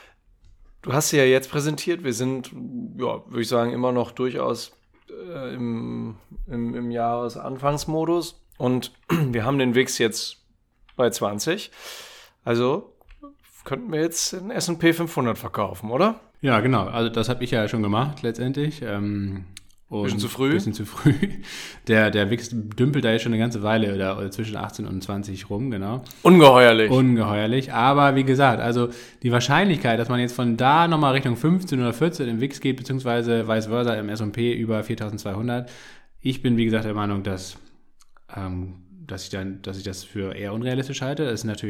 Speaker 2: Du hast sie ja jetzt präsentiert. Wir sind, ja, würde ich sagen, immer noch durchaus äh, im, im, im Jahresanfangsmodus und wir haben den W I X jetzt bei zwanzig. Also könnten wir jetzt den S und P fünfhundert verkaufen, oder?
Speaker 1: Ja, genau. Also das habe ich ja schon gemacht letztendlich. Ähm Und
Speaker 2: bisschen zu früh?
Speaker 1: Bisschen zu früh. Der, der W I X dümpelt da jetzt schon eine ganze Weile oder, oder zwischen achtzehn und zwanzig rum, genau.
Speaker 2: Ungeheuerlich.
Speaker 1: Ungeheuerlich. Aber wie gesagt, also die Wahrscheinlichkeit, dass man jetzt von da nochmal Richtung fünfzehn oder vierzehn im W I X geht, beziehungsweise vice versa im S und P über viertausendzweihundert. Ich bin, wie gesagt, der Meinung, dass, ähm, dass, ich dann, dass ich das für eher unrealistisch halte. Das ist natürlich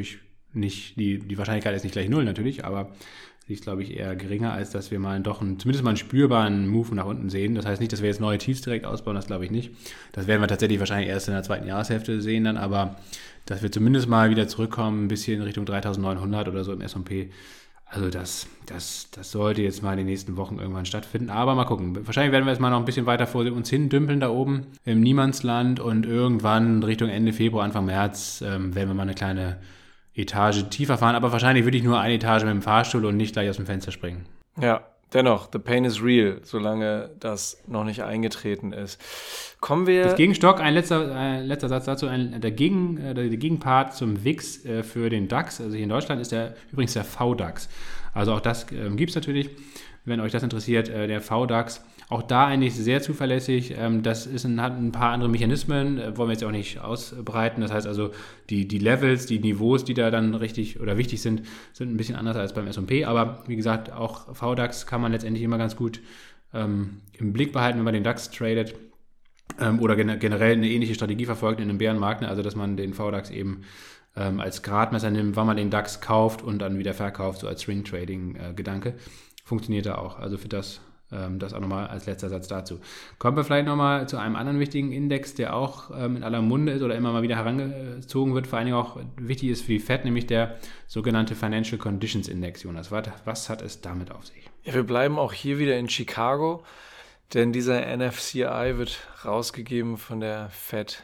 Speaker 1: nicht, die, die Wahrscheinlichkeit ist nicht gleich null natürlich, aber sie ist, glaube ich, eher geringer, als dass wir mal doch einen, zumindest mal einen spürbaren Move nach unten sehen. Das heißt nicht, dass wir jetzt neue Tiefs direkt ausbauen, das glaube ich nicht. Das werden wir tatsächlich wahrscheinlich erst in der zweiten Jahreshälfte sehen dann, aber dass wir zumindest mal wieder zurückkommen, ein bisschen in Richtung dreitausendneunhundert oder so im S und P. Also das, das, das sollte jetzt mal in den nächsten Wochen irgendwann stattfinden. Aber mal gucken. Wahrscheinlich werden wir jetzt mal noch ein bisschen weiter vor uns hin dümpeln da oben im Niemandsland und irgendwann Richtung Ende Februar, Anfang März ähm, werden wir mal eine kleine Etage tiefer fahren. Aber wahrscheinlich würde ich nur eine Etage mit dem Fahrstuhl und nicht gleich aus dem Fenster springen.
Speaker 2: Ja, dennoch, the pain is real, solange das noch nicht eingetreten ist. Kommen wir...
Speaker 1: Das Gegenstock, ein letzter, ein letzter Satz dazu, ein, der, Gegen, äh, der Gegenpart zum W I X äh, für den DAX, also hier in Deutschland, ist der übrigens der V DAX. Also auch das äh, gibt es natürlich, wenn euch das interessiert, äh, der V DAX. Auch da eigentlich sehr zuverlässig. Ähm, das ist ein, hat ein paar andere Mechanismen, äh, wollen wir jetzt auch nicht ausbreiten. Das heißt also, die, die Levels, die Niveaus, die da dann richtig oder wichtig sind, sind ein bisschen anders als beim S und P. Aber wie gesagt, auch V DAX kann man letztendlich immer ganz gut ähm, im Blick behalten, wenn man den DAX tradet. Ähm, oder gen- generell eine ähnliche Strategie verfolgt in einem Bärenmarkt, ne? Also dass man den V DAX eben ähm, als Gradmesser nimmt, wann man den DAX kauft und dann wieder verkauft, so als Swing-Trading-Gedanke. Funktioniert da auch. Also für das, ähm, das auch nochmal als letzter Satz dazu. Kommen wir vielleicht nochmal zu einem anderen wichtigen Index, der auch ähm, in aller Munde ist oder immer mal wieder herangezogen wird, vor allen Dingen auch wichtig ist für die Fed, nämlich der sogenannte Financial Conditions Index. Jonas, was, was hat es damit auf sich?
Speaker 2: Ja, wir bleiben auch hier wieder in Chicago. Denn dieser N F C I wird rausgegeben von der Fed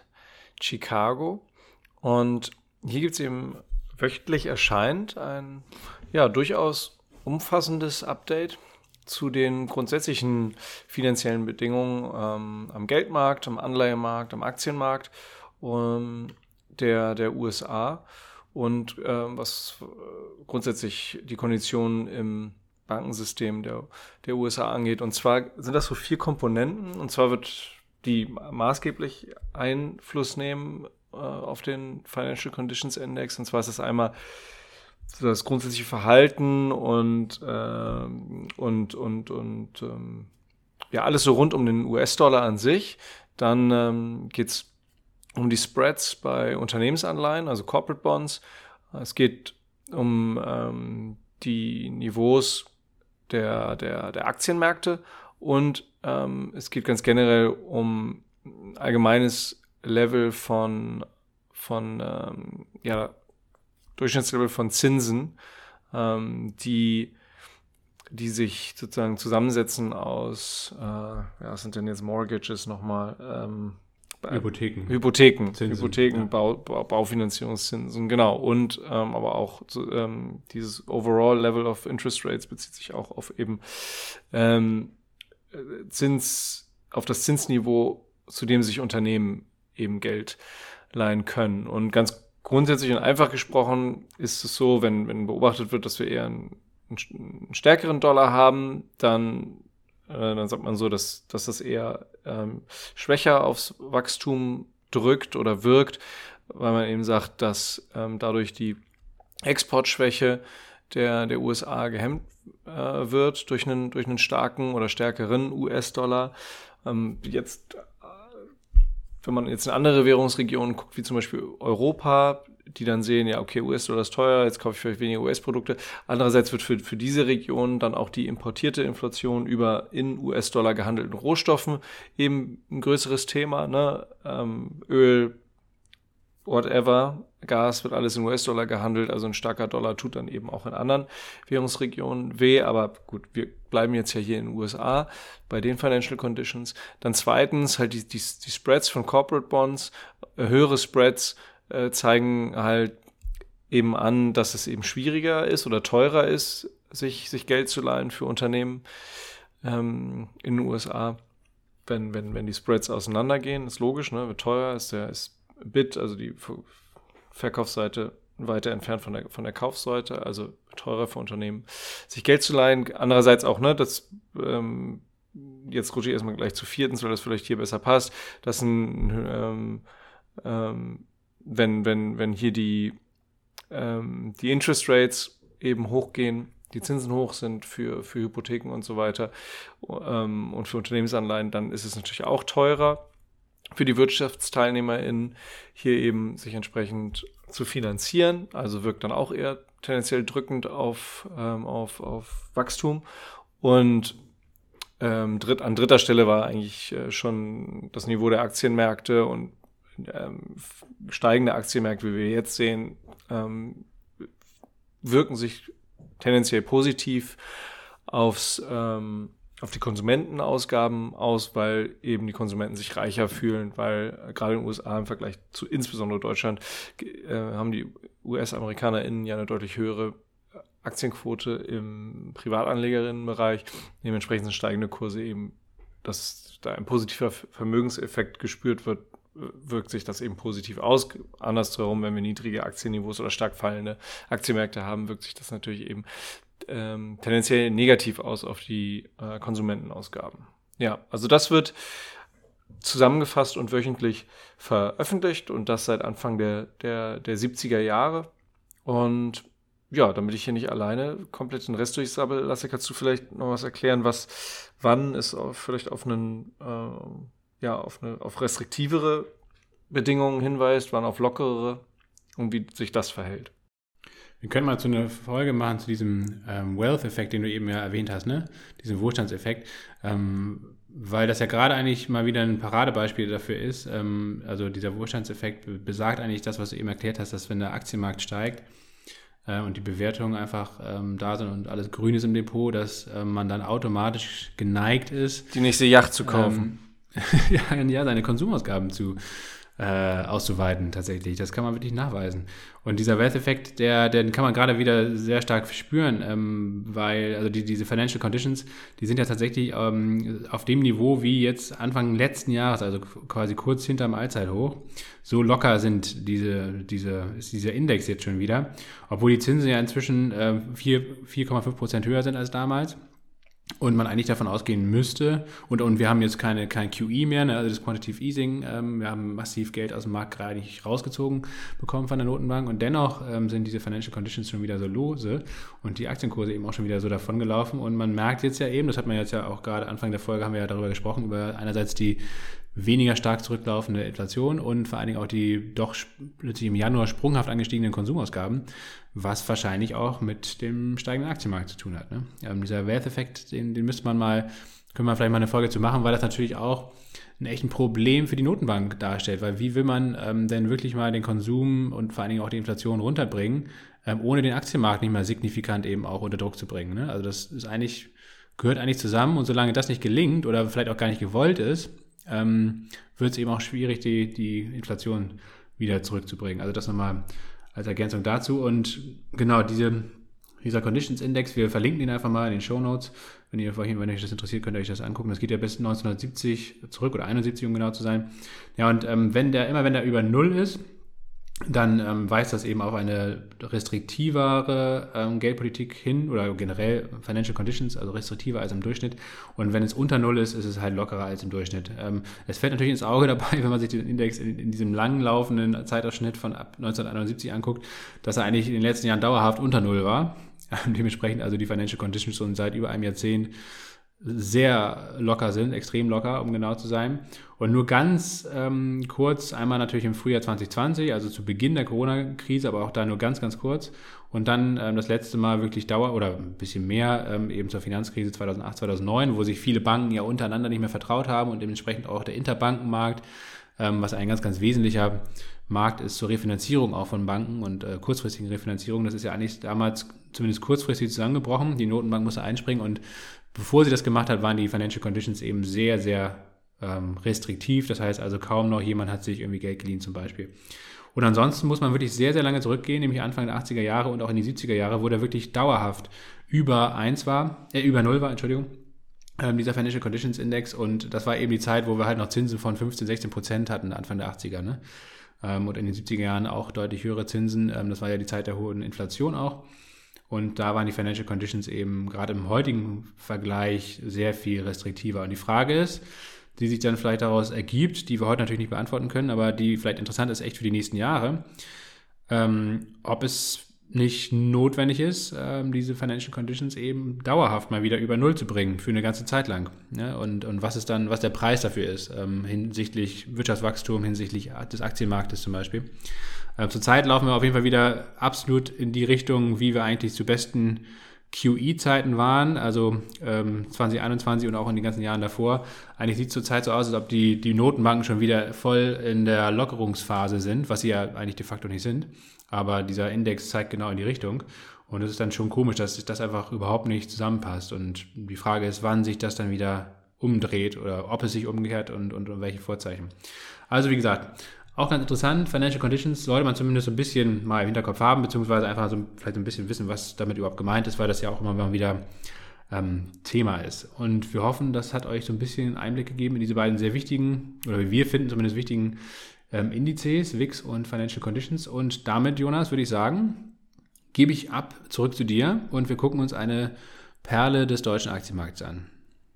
Speaker 2: Chicago. Und hier gibt es eben wöchentlich erscheint ein ja durchaus umfassendes Update zu den grundsätzlichen finanziellen Bedingungen ähm, am Geldmarkt, am Anleihemarkt, am Aktienmarkt ähm, der, der U S A und ähm, was äh, grundsätzlich die Konditionen im Bankensystem der, der U S A angeht. Und zwar sind das so vier Komponenten. Und zwar wird die maßgeblich Einfluss nehmen äh, auf den Financial Conditions Index. Und zwar ist das einmal so das grundsätzliche Verhalten und, äh, und, und, und ähm, ja, alles so rund um den U S-Dollar an sich. Dann ähm, geht es um die Spreads bei Unternehmensanleihen, also Corporate Bonds. Es geht um ähm, die Niveaus Der, der, der Aktienmärkte und ähm, es geht ganz generell um ein allgemeines Level von, von ähm, ja, Durchschnittslevel von Zinsen, ähm, die, die sich sozusagen zusammensetzen aus, äh, ja, was sind denn jetzt Mortgages nochmal? Ähm,
Speaker 1: Hypotheken.
Speaker 2: Hypotheken,
Speaker 1: Zinsen,
Speaker 2: Hypotheken,
Speaker 1: ja.
Speaker 2: Bau, Bau, Baufinanzierungszinsen, genau. Und ähm, aber auch so, ähm, dieses Overall Level of Interest Rates bezieht sich auch auf eben ähm, Zins, auf das Zinsniveau, zu dem sich Unternehmen eben Geld leihen können. Und ganz grundsätzlich und einfach gesprochen ist es so, wenn, wenn beobachtet wird, dass wir eher einen, einen stärkeren Dollar haben, dann dann sagt man so, dass, dass das eher ähm, schwächer aufs Wachstum drückt oder wirkt, weil man eben sagt, dass ähm, dadurch die Exportschwäche der, der U S A gehemmt äh, wird durch einen, durch einen starken oder stärkeren U S-Dollar. Ähm, jetzt, wenn man jetzt in andere Währungsregionen guckt, wie zum Beispiel Europa, die dann sehen, ja, okay, U S-Dollar ist teuer, jetzt kaufe ich vielleicht weniger U S-Produkte. Andererseits wird für, für diese Region dann auch die importierte Inflation über in U S-Dollar gehandelten Rohstoffen eben ein größeres Thema, ne? Ähm, Öl, whatever, Gas wird alles in U S-Dollar gehandelt, also ein starker Dollar tut dann eben auch in anderen Währungsregionen weh, aber gut, wir bleiben jetzt ja hier in den U S A bei den Financial Conditions. Dann zweitens halt die, die, die Spreads von Corporate Bonds, äh, höhere Spreads äh, zeigen halt eben an, dass es eben schwieriger ist oder teurer ist, sich, sich Geld zu leihen für Unternehmen ähm, in den U S A, wenn, wenn, wenn die Spreads auseinandergehen, ist logisch, ne? Wird teuer, ist der ist Bid, also die Verkaufsseite weiter entfernt von der, von der Kaufseite, also teurer für Unternehmen, sich Geld zu leihen. Andererseits auch, ne, das, ähm, jetzt rutsche ich erstmal gleich zu viertens, weil das vielleicht hier besser passt, dass ein, ähm, ähm, wenn, wenn, wenn hier die, ähm, die Interest Rates eben hochgehen, die Zinsen hoch sind für, für Hypotheken und so weiter ähm, und für Unternehmensanleihen, dann ist es natürlich auch teurer. für die WirtschaftsteilnehmerInnen hier eben sich entsprechend zu finanzieren. Also wirkt dann auch eher tendenziell drückend auf, ähm, auf, auf Wachstum. Und ähm, dritt, an dritter Stelle war eigentlich äh, schon das Niveau der Aktienmärkte und ähm, steigende Aktienmärkte, wie wir jetzt sehen, ähm, wirken sich tendenziell positiv aufs, ähm, auf die Konsumentenausgaben aus, weil eben die Konsumenten sich reicher fühlen, weil äh, gerade in den U S A im Vergleich zu insbesondere Deutschland äh, haben die U S-AmerikanerInnen ja eine deutlich höhere Aktienquote im Privatanlegerinnenbereich. Dementsprechend sind steigende Kurse eben, dass da ein positiver Vermögenseffekt gespürt wird, wirkt sich das eben positiv aus. Andersherum, wenn wir niedrige Aktienniveaus oder stark fallende Aktienmärkte haben, wirkt sich das natürlich eben ähm, tendenziell negativ aus auf die äh, Konsumentenausgaben. Ja, also das wird zusammengefasst und wöchentlich veröffentlicht und das seit Anfang der, der, der siebziger Jahre. Und ja, damit ich hier nicht alleine komplett den Rest durchsabbel lasse, kannst du vielleicht noch was erklären, was, wann es auf, vielleicht auf einen, äh, ja, auf eine, auf restriktivere Bedingungen hinweist, wann auf lockerere und wie sich das verhält.
Speaker 1: Wir können mal zu einer Folge machen zu diesem ähm, Wealth-Effekt, den du eben ja erwähnt hast, ne? Diesem Wohlstandseffekt, ähm, weil das ja gerade eigentlich mal wieder ein Paradebeispiel dafür ist. Ähm, also dieser Wohlstandseffekt besagt eigentlich das, was du eben erklärt hast, dass wenn der Aktienmarkt steigt, und die Bewertungen einfach ähm, da sind und alles grün ist im Depot, dass ähm, man dann automatisch geneigt ist,
Speaker 2: die nächste Yacht zu kaufen.
Speaker 1: Ähm, ja, ja, seine Konsumausgaben zu äh, auszuweiten tatsächlich. Das kann man wirklich nachweisen. Und dieser Wealth-Effekt, der, den kann man gerade wieder sehr stark spüren, ähm, weil also die, diese Financial Conditions, die sind ja tatsächlich ähm, auf dem Niveau wie jetzt Anfang letzten Jahres, also quasi kurz hinterm Allzeithoch. So locker sind diese, diese, ist dieser Index jetzt schon wieder, obwohl die Zinsen ja inzwischen äh, vier Komma fünf Prozent höher sind als damals. Und man eigentlich davon ausgehen müsste, und, und wir haben jetzt keine, kein Q E mehr, ne, also das Quantitative Easing, ähm, wir haben massiv Geld aus dem Markt gerade nicht rausgezogen bekommen von der Notenbank und dennoch ähm, sind diese Financial Conditions schon wieder so lose und die Aktienkurse eben auch schon wieder so davon gelaufen und man merkt jetzt ja eben, das hat man jetzt ja auch gerade Anfang der Folge, haben wir ja darüber gesprochen, über einerseits die weniger stark zurücklaufende Inflation und vor allen Dingen auch die doch plötzlich im Januar sprunghaft angestiegenen Konsumausgaben, was wahrscheinlich auch mit dem steigenden Aktienmarkt zu tun hat. Ne? Ähm, dieser Wealth-Effekt, den, den müsste man mal, können wir vielleicht mal eine Folge zu machen, weil das natürlich auch ein echt ein Problem für die Notenbank darstellt, weil wie will man ähm, denn wirklich mal den Konsum und vor allen Dingen auch die Inflation runterbringen, ähm, ohne den Aktienmarkt nicht mehr signifikant eben auch unter Druck zu bringen. Ne? Also das ist eigentlich, gehört eigentlich zusammen und solange das nicht gelingt oder vielleicht auch gar nicht gewollt ist, ähm, wird es eben auch schwierig, die, die Inflation wieder zurückzubringen. Also das nochmal als Ergänzung dazu. Und genau, diese, dieser Conditions Index, wir verlinken ihn einfach mal in den Shownotes. Wenn ihr vorhin, wenn euch das interessiert, könnt ihr euch das angucken. Das geht ja bis neunzehnhundertsiebzig zurück oder einundsiebzig, um genau zu sein. Ja, und ähm, wenn der, immer wenn der über Null ist, dann ähm, weist das eben auf eine restriktivere ähm, Geldpolitik hin oder generell Financial Conditions, also restriktiver als im Durchschnitt. Und wenn es unter Null ist, ist es halt lockerer als im Durchschnitt. Ähm, es fällt natürlich ins Auge dabei, wenn man sich den Index in, in diesem lang laufenden Zeitausschnitt von ab neunzehnhunderteinundsiebzig anguckt, dass er eigentlich in den letzten Jahren dauerhaft unter Null war. Dementsprechend also die Financial Conditions schon seit über einem Jahrzehnt sehr locker sind, extrem locker, um genau zu sein. Und nur ganz ähm, kurz, einmal natürlich im Frühjahr zwanzig zwanzig, also zu Beginn der Corona-Krise, aber auch da nur ganz, ganz kurz. Und dann ähm, das letzte Mal wirklich Dauer oder ein bisschen mehr ähm, eben zur Finanzkrise zweitausendacht, zweitausendneun, wo sich viele Banken ja untereinander nicht mehr vertraut haben und dementsprechend auch der Interbankenmarkt, ähm, was ein ganz, ganz wesentlicher Markt ist zur Refinanzierung auch von Banken und äh, kurzfristigen Refinanzierung. Das ist ja eigentlich damals zumindest kurzfristig zusammengebrochen. Die Notenbank musste einspringen und bevor sie das gemacht hat, waren die Financial Conditions eben sehr, sehr ähm, restriktiv. Das heißt also, kaum noch jemand hat sich irgendwie Geld geliehen zum Beispiel. Und ansonsten muss man wirklich sehr, sehr lange zurückgehen, nämlich Anfang der achtziger Jahre und auch in die siebziger Jahre, wo der wirklich dauerhaft über eins war, äh, über null war, Entschuldigung, ähm, dieser Financial Conditions Index. Und das war eben die Zeit, wo wir halt noch Zinsen von fünfzehn, sechzehn Prozent hatten, Anfang der achtziger, ne? Ähm, und in den siebziger Jahren auch deutlich höhere Zinsen. Ähm, das war ja die Zeit der hohen Inflation auch. Und da waren die Financial Conditions eben gerade im heutigen Vergleich sehr viel restriktiver. Und die Frage ist, die sich dann vielleicht daraus ergibt, die wir heute natürlich nicht beantworten können, aber die vielleicht interessant ist echt für die nächsten Jahre, ähm, ob es nicht notwendig ist, ähm, diese Financial Conditions eben dauerhaft mal wieder über Null zu bringen für eine ganze Zeit lang. Ne? Und, und was ist dann, was der Preis dafür ist, ähm, hinsichtlich Wirtschaftswachstum, hinsichtlich des Aktienmarktes zum Beispiel. Äh, zurzeit laufen wir auf jeden Fall wieder absolut in die Richtung, wie wir eigentlich zu besten Q E-Zeiten waren, also ähm, zwanzig einundzwanzig und auch in den ganzen Jahren davor. Eigentlich sieht es zurzeit so aus, als ob die, die Notenbanken schon wieder voll in der Lockerungsphase sind, was sie ja eigentlich de facto nicht sind. Aber dieser Index zeigt genau in die Richtung. Und es ist dann schon komisch, dass das einfach überhaupt nicht zusammenpasst. Und die Frage ist, wann sich das dann wieder umdreht oder ob es sich umkehrt und, und, und welche Vorzeichen. Also wie gesagt, auch ganz interessant, Financial Conditions sollte man zumindest so ein bisschen mal im Hinterkopf haben, beziehungsweise einfach so vielleicht ein bisschen wissen, was damit überhaupt gemeint ist, weil das ja auch immer mal wieder ähm, Thema ist. Und wir hoffen, das hat euch so ein bisschen Einblick gegeben in diese beiden sehr wichtigen, oder wie wir finden zumindest wichtigen ähm, Indizes, V I X und Financial Conditions. Und damit, Jonas, würde ich sagen, gebe ich ab, zurück zu dir und wir gucken uns eine Perle des deutschen Aktienmarkts an.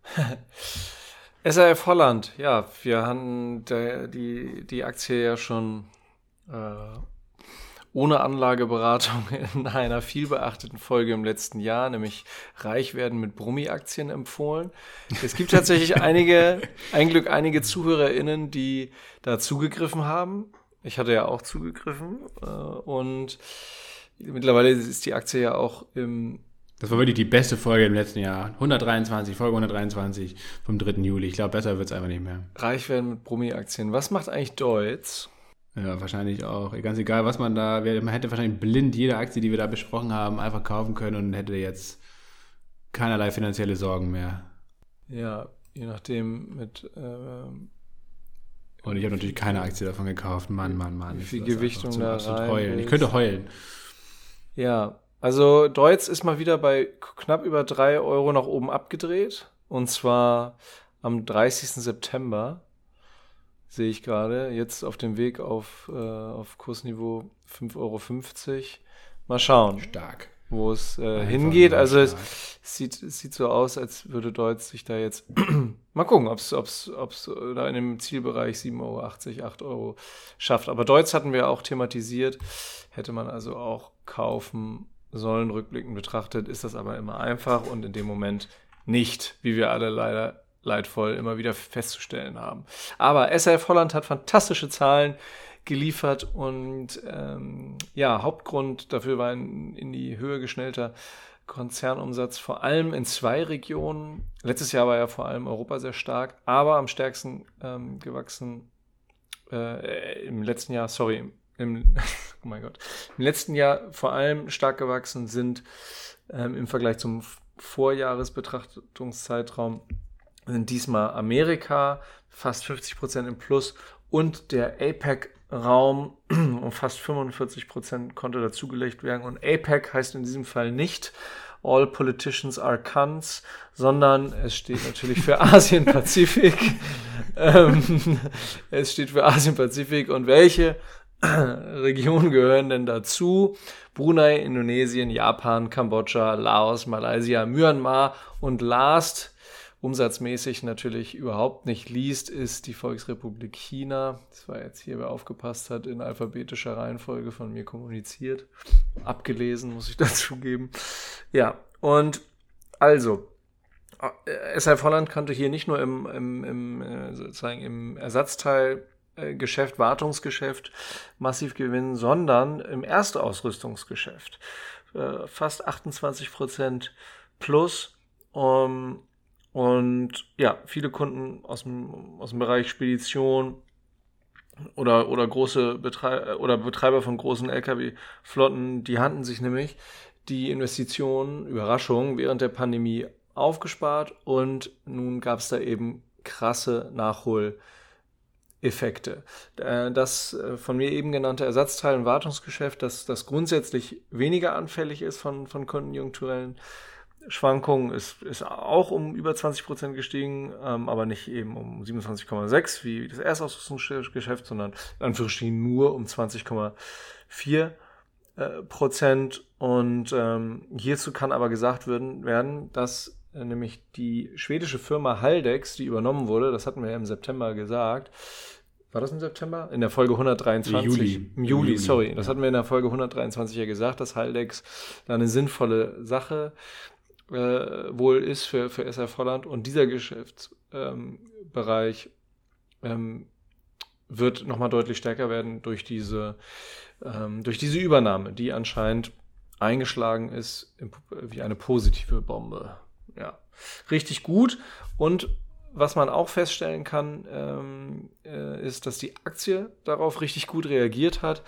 Speaker 2: S R F Holland, ja, wir hatten der, die, die Aktie ja schon äh, ohne Anlageberatung in einer vielbeachteten Folge im letzten Jahr, nämlich Reich werden mit Brummi-Aktien empfohlen. Es gibt tatsächlich einige, ein Glück einige ZuhörerInnen, die da zugegriffen haben. Ich hatte ja auch zugegriffen äh, und mittlerweile ist die Aktie ja auch im
Speaker 1: Das war wirklich die beste Folge im letzten Jahr. hundertdreiundzwanzig, Folge hundertdreiundzwanzig vom dritten Juli. Ich glaube, besser wird es einfach nicht mehr.
Speaker 2: Reich werden mit Brummi-Aktien. Was macht eigentlich Deutz?
Speaker 1: Ja, wahrscheinlich auch. Ganz egal, was man da... Man hätte wahrscheinlich blind jede Aktie, die wir da besprochen haben, einfach kaufen können und hätte jetzt keinerlei finanzielle Sorgen mehr.
Speaker 2: Ja, je nachdem mit... Ähm,
Speaker 1: und ich habe natürlich keine Aktie davon gekauft. Mann, Mann, Mann.
Speaker 2: Wie viel Gewichtung da rein
Speaker 1: heulen. Ich könnte heulen.
Speaker 2: Ja, also Deutz ist mal wieder bei knapp über drei Euro nach oben abgedreht. Und zwar am dreißigsten September, sehe ich gerade, jetzt auf dem Weg auf, äh, auf Kursniveau fünf Euro fünfzig. Mal schauen,
Speaker 1: stark,
Speaker 2: wo es äh, hingeht. Also es, es, sieht, es sieht so aus, als würde Deutz sich da jetzt mal gucken, ob es ob's, ob's da in dem Zielbereich sieben Euro achtzig, acht Euro schafft. Aber Deutz hatten wir auch thematisiert, hätte man also auch kaufen sollen. Rückblickend betrachtet ist das aber immer einfach und in dem Moment nicht, wie wir alle leider leidvoll immer wieder festzustellen haben. Aber S R F Holland hat fantastische Zahlen geliefert und ähm, ja, Hauptgrund dafür war ein in die Höhe geschnellter Konzernumsatz, vor allem in zwei Regionen. Letztes Jahr war ja vor allem Europa sehr stark, aber am stärksten ähm, gewachsen äh, im letzten Jahr, sorry, im, oh mein Gott, im letzten Jahr vor allem stark gewachsen sind ähm, im Vergleich zum Vorjahresbetrachtungszeitraum sind diesmal Amerika, fast fünfzig Prozent im Plus und der A P E C-Raum um fast fünfundvierzig Prozent konnte dazugelegt werden. Und A P E C heißt in diesem Fall nicht All Politicians are Cunts, sondern es steht natürlich für Asien-Pazifik. ähm, es steht für Asien-Pazifik. Und welche Regionen gehören denn dazu? Brunei, Indonesien, Japan, Kambodscha, Laos, Malaysia, Myanmar und last umsatzmäßig natürlich überhaupt nicht liest, ist die Volksrepublik China. Das war jetzt hier, wer aufgepasst hat, in alphabetischer Reihenfolge von mir kommuniziert. Abgelesen, muss ich dazugeben. Ja, und also, S R F Holland konnte hier nicht nur im, im, im, sozusagen im Ersatzteilgeschäft, Wartungsgeschäft massiv gewinnen, sondern im Erstausrüstungsgeschäft. Fast achtundzwanzig Prozent plus. Um, Und ja, viele Kunden aus dem, aus dem Bereich Spedition oder, oder große Betreiber oder Betreiber von großen L K W-Flotten, die hatten sich nämlich die Investitionen, Überraschung, während der Pandemie aufgespart und nun gab es da eben krasse Nachholeffekte. Das von mir eben genannte Ersatzteil- und Wartungsgeschäft, das, das grundsätzlich weniger anfällig ist von, von konjunkturellen Schwankungen, ist, ist auch um über zwanzig Prozent gestiegen, ähm, aber nicht eben um siebenundzwanzig Komma sechs wie das Erstausrüstungsgeschäft, sondern in Anführungsstrichen nur um zwanzig Komma vier Prozent. Und ähm, hierzu kann aber gesagt werden, werden dass äh, nämlich die schwedische Firma Haldex, die übernommen wurde, das hatten wir ja im September gesagt, war das im September? In der Folge hundertdreiundzwanzig.
Speaker 1: Juli.
Speaker 2: Im Juli,
Speaker 1: Juli,
Speaker 2: sorry. Das
Speaker 1: ja.
Speaker 2: hatten wir in der Folge hundertdreiundzwanzig ja gesagt, dass Haldex da eine sinnvolle Sache äh, wohl ist für, für S R F Holland. Und dieser Geschäftsbereich ähm, ähm, wird nochmal deutlich stärker werden durch diese, ähm, durch diese Übernahme, die anscheinend eingeschlagen ist wie eine positive Bombe. Ja, richtig gut. Und was man auch feststellen kann, ähm, äh, ist, dass die Aktie darauf richtig gut reagiert hat.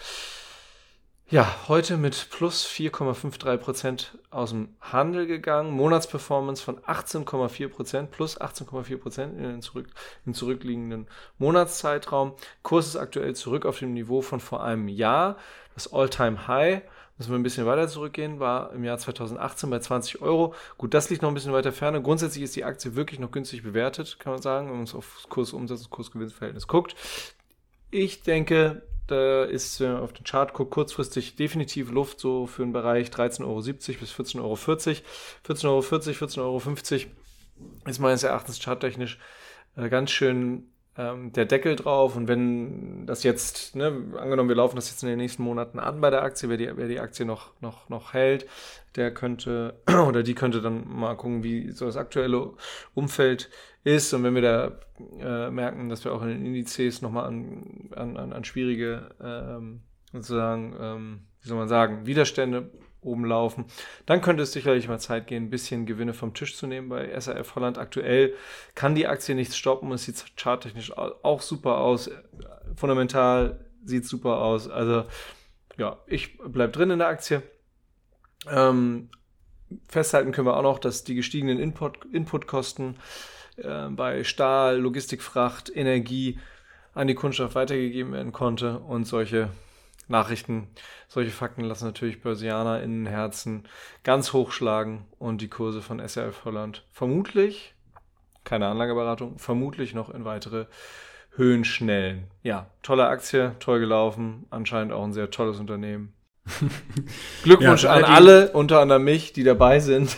Speaker 2: Ja, heute mit plus vier Komma dreiundfünfzig Prozent aus dem Handel gegangen. Monatsperformance von achtzehn Komma vier Prozent, plus achtzehn Komma vier Prozent in den zurück, im zurückliegenden Monatszeitraum. Kurs ist aktuell zurück auf dem Niveau von vor einem Jahr. Das All-Time-High, müssen wir ein bisschen weiter zurückgehen, war im Jahr zweitausendachtzehn bei zwanzig Euro. Gut, das liegt noch ein bisschen weiter ferne. Grundsätzlich ist die Aktie wirklich noch günstig bewertet, kann man sagen, wenn man es auf Kursumsatz- und Kursgewinnverhältnis guckt. Ich denke, da ist, wenn man auf den Chart guckt, kurzfristig definitiv Luft so für den Bereich dreizehn Euro siebzig bis vierzehn Euro vierzig. vierzehn Euro vierzig, vierzehn Euro fünfzig ist meines Erachtens charttechnisch äh, ganz schön ähm, der Deckel drauf. Und wenn das jetzt, ne, angenommen, wir laufen das jetzt in den nächsten Monaten an bei der Aktie, wer die, wer die Aktie noch, noch, noch hält, der könnte oder die könnte dann mal gucken, wie so das aktuelle Umfeld ist. Und wenn wir da äh, merken, dass wir auch in den Indizes nochmal an, an, an schwierige, ähm, sozusagen, ähm, wie soll man sagen, Widerstände oben laufen, dann könnte es sicherlich mal Zeit gehen, ein bisschen Gewinne vom Tisch zu nehmen bei S R F Holland. Aktuell kann die Aktie nichts stoppen, es sieht charttechnisch auch super aus, fundamental sieht super aus. Also ja, ich bleibe drin in der Aktie. Ähm, festhalten können wir auch noch, dass die gestiegenen Input, Inputkosten äh, bei Stahl, Logistikfracht, Energie an die Kundschaft weitergegeben werden konnte und solche Nachrichten, solche Fakten lassen natürlich Börsianer in den Herzen ganz hochschlagen und die Kurse von S R F Holland vermutlich, keine Anlageberatung, vermutlich noch in weitere Höhen schnellen. Ja, tolle Aktie, toll gelaufen, anscheinend auch ein sehr tolles Unternehmen. Glückwunsch ja, an alle, unter anderem mich, die dabei sind.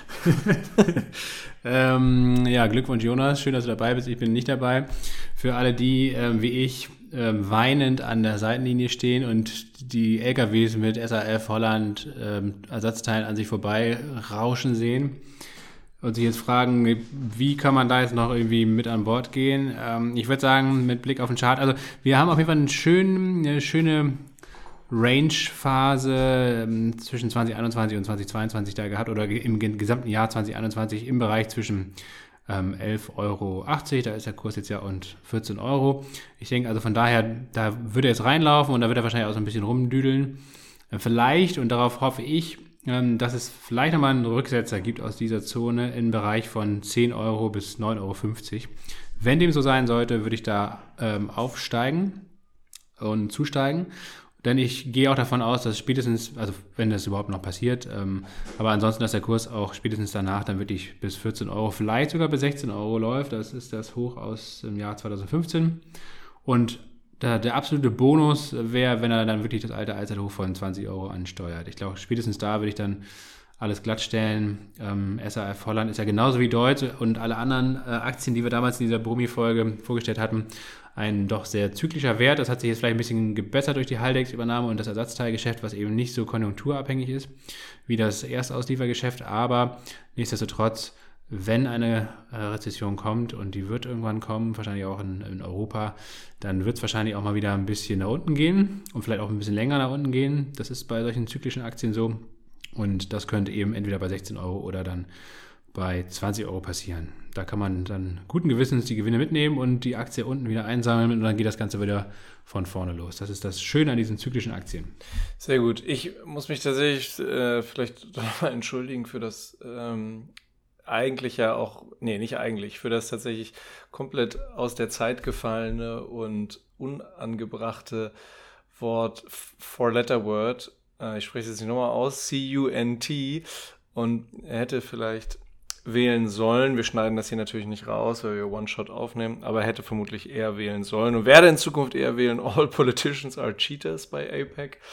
Speaker 1: ähm, ja, Glückwunsch Jonas, schön, dass du dabei bist. Ich bin nicht dabei. Für alle die, ähm, wie ich, ähm, weinend an der Seitenlinie stehen und die L K Ws mit S R F Holland ähm, Ersatzteilen an sich vorbei rauschen sehen und sich jetzt fragen, wie kann man da jetzt noch irgendwie mit an Bord gehen? Ähm, ich würde sagen, mit Blick auf den Chart, also wir haben auf jeden Fall einen schönen, eine schöne Range-Phase ähm, zwischen zwanzig einundzwanzig und zwanzig zweiundzwanzig da gehabt oder im gesamten Jahr zwanzig einundzwanzig im Bereich zwischen ähm, elf Euro achtzig, da ist der Kurs jetzt ja, und vierzehn Euro. Ich denke also von daher, da würde er jetzt reinlaufen und da wird er wahrscheinlich auch so ein bisschen rumdüdeln. Äh, vielleicht, und darauf hoffe ich, ähm, dass es vielleicht nochmal einen Rücksetzer gibt aus dieser Zone im Bereich von zehn Euro bis neun Euro fünfzig. Wenn dem so sein sollte, würde ich da ähm, aufsteigen und zusteigen. Denn ich gehe auch davon aus, dass spätestens, also wenn das überhaupt noch passiert, ähm, aber ansonsten, dass der Kurs auch spätestens danach dann wirklich bis vierzehn Euro, vielleicht sogar bis sechzehn Euro läuft. Das ist das Hoch aus dem Jahr zweitausendfünfzehn. Und der, der absolute Bonus wäre, wenn er dann wirklich das alte Allzeithoch von zwanzig Euro ansteuert. Ich glaube, spätestens da würde ich dann alles glattstellen. Ähm, S R F Holland ist ja genauso wie Deutz und alle anderen äh, Aktien, die wir damals in dieser Brumi-Folge vorgestellt hatten, ein doch sehr zyklischer Wert. Das hat sich jetzt vielleicht ein bisschen gebessert durch die Haldex-Übernahme und das Ersatzteilgeschäft, was eben nicht so konjunkturabhängig ist wie das Erstausliefergeschäft. Aber nichtsdestotrotz, wenn eine äh, Rezession kommt, und die wird irgendwann kommen, wahrscheinlich auch in, in Europa, dann wird es wahrscheinlich auch mal wieder ein bisschen nach unten gehen und vielleicht auch ein bisschen länger nach unten gehen. Das ist bei solchen zyklischen Aktien so. Und das könnte eben entweder bei sechzehn Euro oder dann bei zwanzig Euro passieren. Da kann man dann guten Gewissens die Gewinne mitnehmen und die Aktie unten wieder einsammeln und dann geht das Ganze wieder von vorne los. Das ist das Schöne an diesen zyklischen Aktien.
Speaker 2: Sehr gut. Ich muss mich tatsächlich äh, vielleicht mal entschuldigen für das ähm, eigentlich ja auch, nee, nicht eigentlich, für das tatsächlich komplett aus der Zeit gefallene und unangebrachte Wort Four-Letter-Word. Äh, ich spreche es jetzt nicht nochmal aus, C U N T, und er hätte vielleicht wählen sollen. Wir schneiden das hier natürlich nicht raus, weil wir One-Shot aufnehmen, aber er hätte vermutlich eher wählen sollen und werde in Zukunft eher wählen, all politicians are cheaters bei A P E C.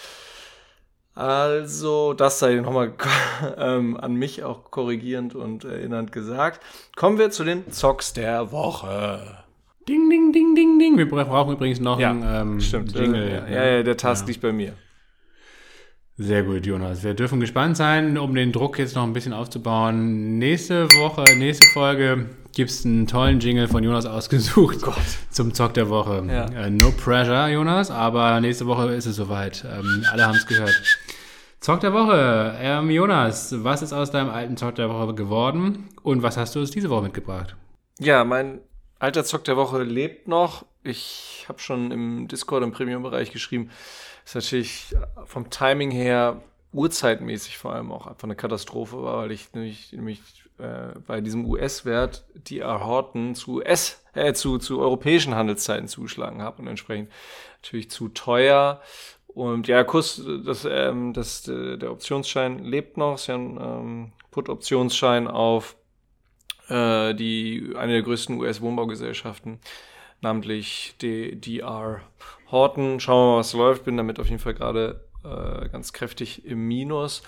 Speaker 2: Also, das sei nochmal ähm, an mich auch korrigierend und erinnernd gesagt. Kommen wir zu den Zocks der Woche.
Speaker 1: Ding, ding, ding, ding, ding. Wir brauchen übrigens noch
Speaker 2: ja,
Speaker 1: einen ähm,
Speaker 2: stimmt.
Speaker 1: Jingle.
Speaker 2: Ja, ja, ja, der Task ja. liegt bei mir.
Speaker 1: Sehr gut, Jonas. Wir dürfen gespannt sein, um den Druck jetzt noch ein bisschen aufzubauen. Nächste Woche, nächste Folge gibt es einen tollen Jingle von Jonas ausgesucht
Speaker 2: oh Gott.
Speaker 1: zum Zock der Woche.
Speaker 2: Ja.
Speaker 1: Äh, no pressure, Jonas, aber nächste Woche ist es soweit. Ähm, alle haben es gehört. Zock der Woche. Ähm, Jonas, was ist aus deinem alten Zock der Woche geworden und was hast du uns diese Woche mitgebracht?
Speaker 2: Ja, mein alter Zock der Woche lebt noch. Ich habe schon im Discord, im Premium-Bereich geschrieben, ist natürlich vom Timing her uhrzeitmäßig vor allem auch einfach eine Katastrophe war, weil ich nämlich, nämlich äh, bei diesem U S-Wert D R Horton zu U S, äh, zu, zu europäischen Handelszeiten zugeschlagen habe und entsprechend natürlich zu teuer. Und ja, Kurs, das, ähm, das, der Optionsschein lebt noch. Es ist ja ein ähm, Put-Optionsschein auf äh, die eine der größten U S-Wohnbaugesellschaften, namentlich die D R Horton. Schauen wir mal, was läuft. Bin damit auf jeden Fall gerade äh, ganz kräftig im Minus.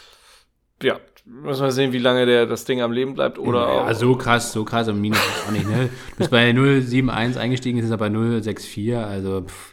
Speaker 2: Ja, müssen wir sehen, wie lange der das Ding am Leben bleibt. Oder
Speaker 1: ja,
Speaker 2: auch,
Speaker 1: so krass, so krass im Minus ist auch nicht. Ne? Du bist bei null Komma sieben eins eingestiegen, ist es aber null Komma sechs vier, also pff,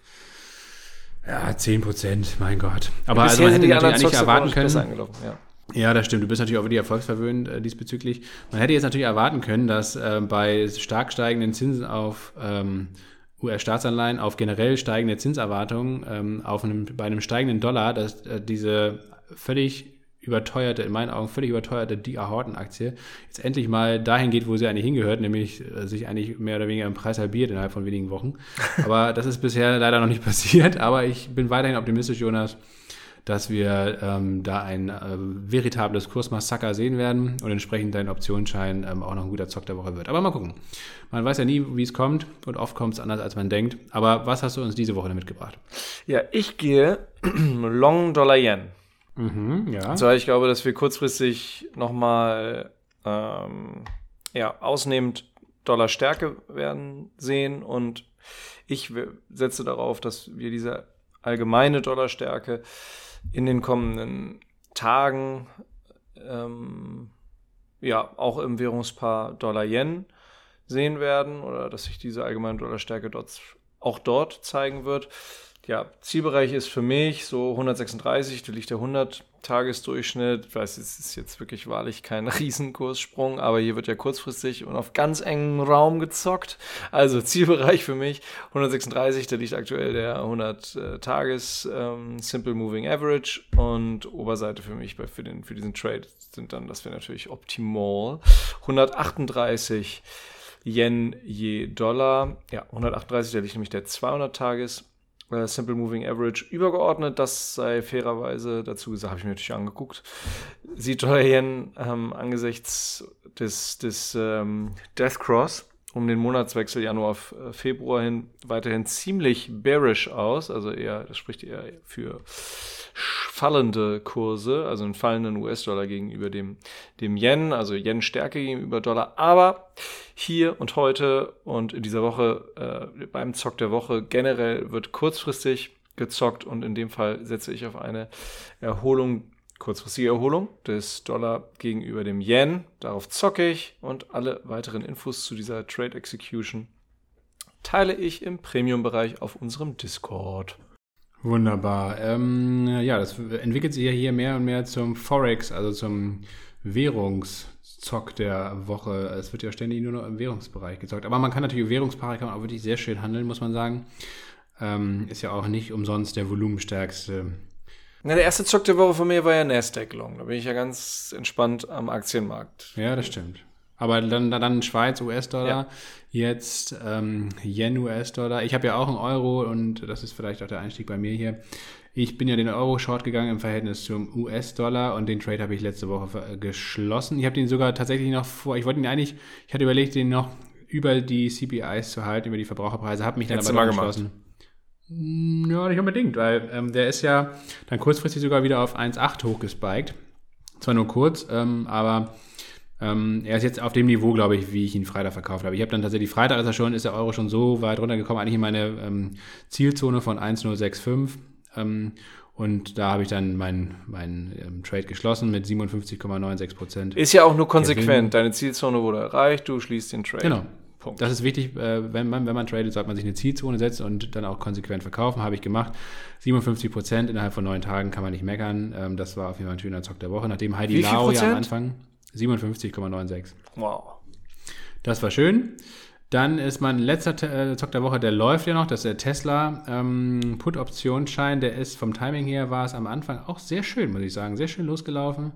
Speaker 1: ja, zehn Prozent, mein Gott. Aber
Speaker 2: ja,
Speaker 1: also man hätte natürlich eigentlich erwarten können.
Speaker 2: Ja.
Speaker 1: Ja, das stimmt. Du bist natürlich auch wieder erfolgsverwöhnt äh, diesbezüglich. Man hätte jetzt natürlich erwarten können, dass äh, bei stark steigenden Zinsen auf ähm, U S-Staatsanleihen, auf generell steigende Zinserwartungen, ähm, auf einem, bei einem steigenden Dollar, dass äh, diese völlig überteuerte, in meinen Augen völlig überteuerte D R Horton-Aktie jetzt endlich mal dahin geht, wo sie eigentlich hingehört, nämlich äh, sich eigentlich mehr oder weniger im Preis halbiert innerhalb von wenigen Wochen. Aber das ist bisher leider noch nicht passiert. Aber ich bin weiterhin optimistisch, Jonas, dass wir ähm, da ein äh, veritables Kursmassaker sehen werden und entsprechend dein Optionsschein ähm, auch noch ein guter Zock der Woche wird. Aber mal gucken. Man weiß ja nie, wie es kommt und oft kommt es anders, als man denkt. Aber was hast du uns diese Woche mitgebracht?
Speaker 2: Ja, ich gehe Long Dollar Yen.
Speaker 1: Mhm, ja.
Speaker 2: Und zwar, ich glaube, dass wir kurzfristig nochmal ähm, ja, ausnehmend Dollarstärke werden sehen und ich setze darauf, dass wir diese allgemeine Dollarstärke in den kommenden Tagen ähm, ja auch im Währungspaar Dollar-Yen sehen werden oder dass sich diese allgemeine Dollarstärke dort, auch dort zeigen wird. Ja, Zielbereich ist für mich so hundertsechsunddreißig, da liegt der hundert-Tages-Durchschnitt. Ich weiß, es ist jetzt wirklich wahrlich kein Riesenkurssprung, aber hier wird ja kurzfristig und auf ganz engem Raum gezockt. Also Zielbereich für mich hundertsechsunddreißig, da liegt aktuell der hundert-Tages ähm, Simple Moving Average und Oberseite für mich bei, für, den, für diesen Trade sind dann, das wäre natürlich optimal, hundertachtunddreißig Yen je Dollar. Ja, hundertachtunddreißig, da liegt nämlich der zweihundert-Tages Simple Moving Average übergeordnet, das sei fairerweise dazu gesagt, habe ich mir natürlich angeguckt. Sieht Dollar Yen ähm, angesichts des, des ähm, Death Cross um den Monatswechsel Januar auf äh, Februar hin weiterhin ziemlich bearish aus, also eher, das spricht eher für fallende Kurse, also einen fallenden U S-Dollar gegenüber dem, dem Yen, also Yen-Stärke gegenüber Dollar, aber hier und heute und in dieser Woche, äh, beim Zock der Woche generell wird kurzfristig gezockt und in dem Fall setze ich auf eine Erholung, kurzfristige Erholung des Dollar gegenüber dem Yen, darauf zocke ich und alle weiteren Infos zu dieser Trade Execution teile ich im Premium-Bereich auf unserem Discord.
Speaker 1: Wunderbar. Ähm, ja, das entwickelt sich ja hier mehr und mehr zum Forex, also zum Währungszock der Woche. Es wird ja ständig nur noch im Währungsbereich gezockt. Aber man kann natürlich, Währungspaare kann man auch wirklich sehr schön handeln, muss man sagen. Ähm, ist ja auch nicht umsonst der volumenstärkste.
Speaker 2: Na, der erste Zock der Woche von mir war ja Nasdaq Long. Da bin ich ja ganz entspannt am Aktienmarkt.
Speaker 1: Ja, das stimmt. Aber dann, dann Schweiz, U S-Dollar, ja. Jetzt ähm, Yen, U S-Dollar. Ich habe ja auch einen Euro und das ist vielleicht auch der Einstieg bei mir hier. Ich bin ja den Euro short gegangen im Verhältnis zum U S-Dollar und den Trade habe ich letzte Woche geschlossen. Ich habe den sogar tatsächlich noch vor, ich wollte ihn eigentlich, ich hatte überlegt, den noch über die C P Is zu halten, über die Verbraucherpreise, habe mich dann
Speaker 2: Hättest
Speaker 1: aber dann geschlossen. Ja, nicht unbedingt, weil ähm, der ist ja dann kurzfristig sogar wieder auf eins Komma acht hochgespiked. Zwar nur kurz, ähm, aber Ähm, er ist jetzt auf dem Niveau, glaube ich, wie ich ihn Freitag verkauft habe. Ich habe dann tatsächlich Freitag ist er schon, ist der Euro schon so weit runtergekommen, eigentlich in meine ähm, Zielzone von eins Komma null sechs fünf. Ähm, und da habe ich dann meinen mein, ähm, Trade geschlossen mit siebenundfünfzig Komma sechsundneunzig Prozent.
Speaker 2: Ist ja auch nur konsequent. Deine Zielzone wurde erreicht, du schließt den Trade.
Speaker 1: Genau.
Speaker 2: Punkt.
Speaker 1: Das ist wichtig, äh, wenn man, wenn man tradet, sollte man sich eine Zielzone setzen und dann auch konsequent verkaufen. Habe ich gemacht. siebenundfünfzig Prozent innerhalb von neun Tagen kann man nicht meckern. Ähm, das war auf jeden Fall ein schöner Zock der Woche. Nachdem Heidi Lau ja am Anfang siebenundfünfzig Komma sechsundneunzig.
Speaker 2: Wow.
Speaker 1: Das war schön. Dann ist mein letzter äh, Zock der Woche, der läuft ja noch, das ist der Tesla ähm, Put-Optionsschein. Der ist vom Timing her, war es am Anfang auch sehr schön, muss ich sagen. Sehr schön losgelaufen.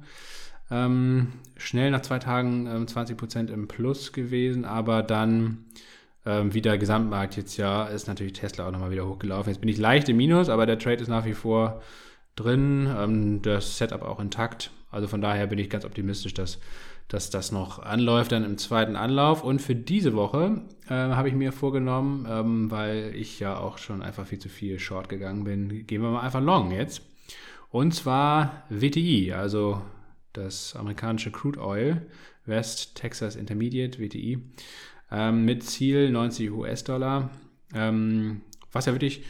Speaker 1: Ähm, schnell nach zwei Tagen ähm, zwanzig Prozent im Plus gewesen, aber dann ähm, wieder Gesamtmarkt jetzt ja, ist natürlich Tesla auch nochmal wieder hochgelaufen. Jetzt bin ich leicht im Minus, aber der Trade ist nach wie vor drin, ähm, das Setup auch intakt. Also von daher bin ich ganz optimistisch, dass dass das noch anläuft dann im zweiten Anlauf. Und für diese Woche äh, habe ich mir vorgenommen, ähm, weil ich ja auch schon einfach viel zu viel Short gegangen bin, gehen wir mal einfach Long jetzt. Und zwar W T I, also das amerikanische Crude Oil, West Texas Intermediate, W T I, ähm, mit Ziel neunzig US-Dollar, ähm, was ja wirklich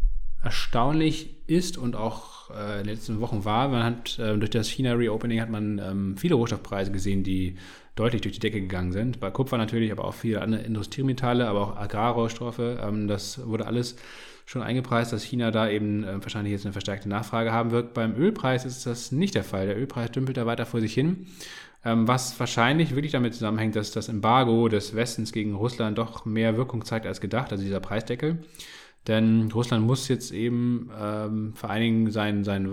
Speaker 1: erstaunlich ist und auch äh, in den letzten Wochen war. Man hat äh, durch das China-Reopening hat man ähm, viele Rohstoffpreise gesehen, die deutlich durch die Decke gegangen sind. Bei Kupfer natürlich, aber auch viele andere Industriemetalle, aber auch Agrarrohstoffe. Ähm, das wurde alles schon eingepreist, dass China da eben äh, wahrscheinlich jetzt eine verstärkte Nachfrage haben wird. Beim Ölpreis ist das nicht der Fall. Der Ölpreis dümpelt da weiter vor sich hin, ähm, was wahrscheinlich wirklich damit zusammenhängt, dass das Embargo des Westens gegen Russland doch mehr Wirkung zeigt als gedacht, also dieser Preisdeckel. Denn Russland muss jetzt eben ähm, vor allen Dingen sein, sein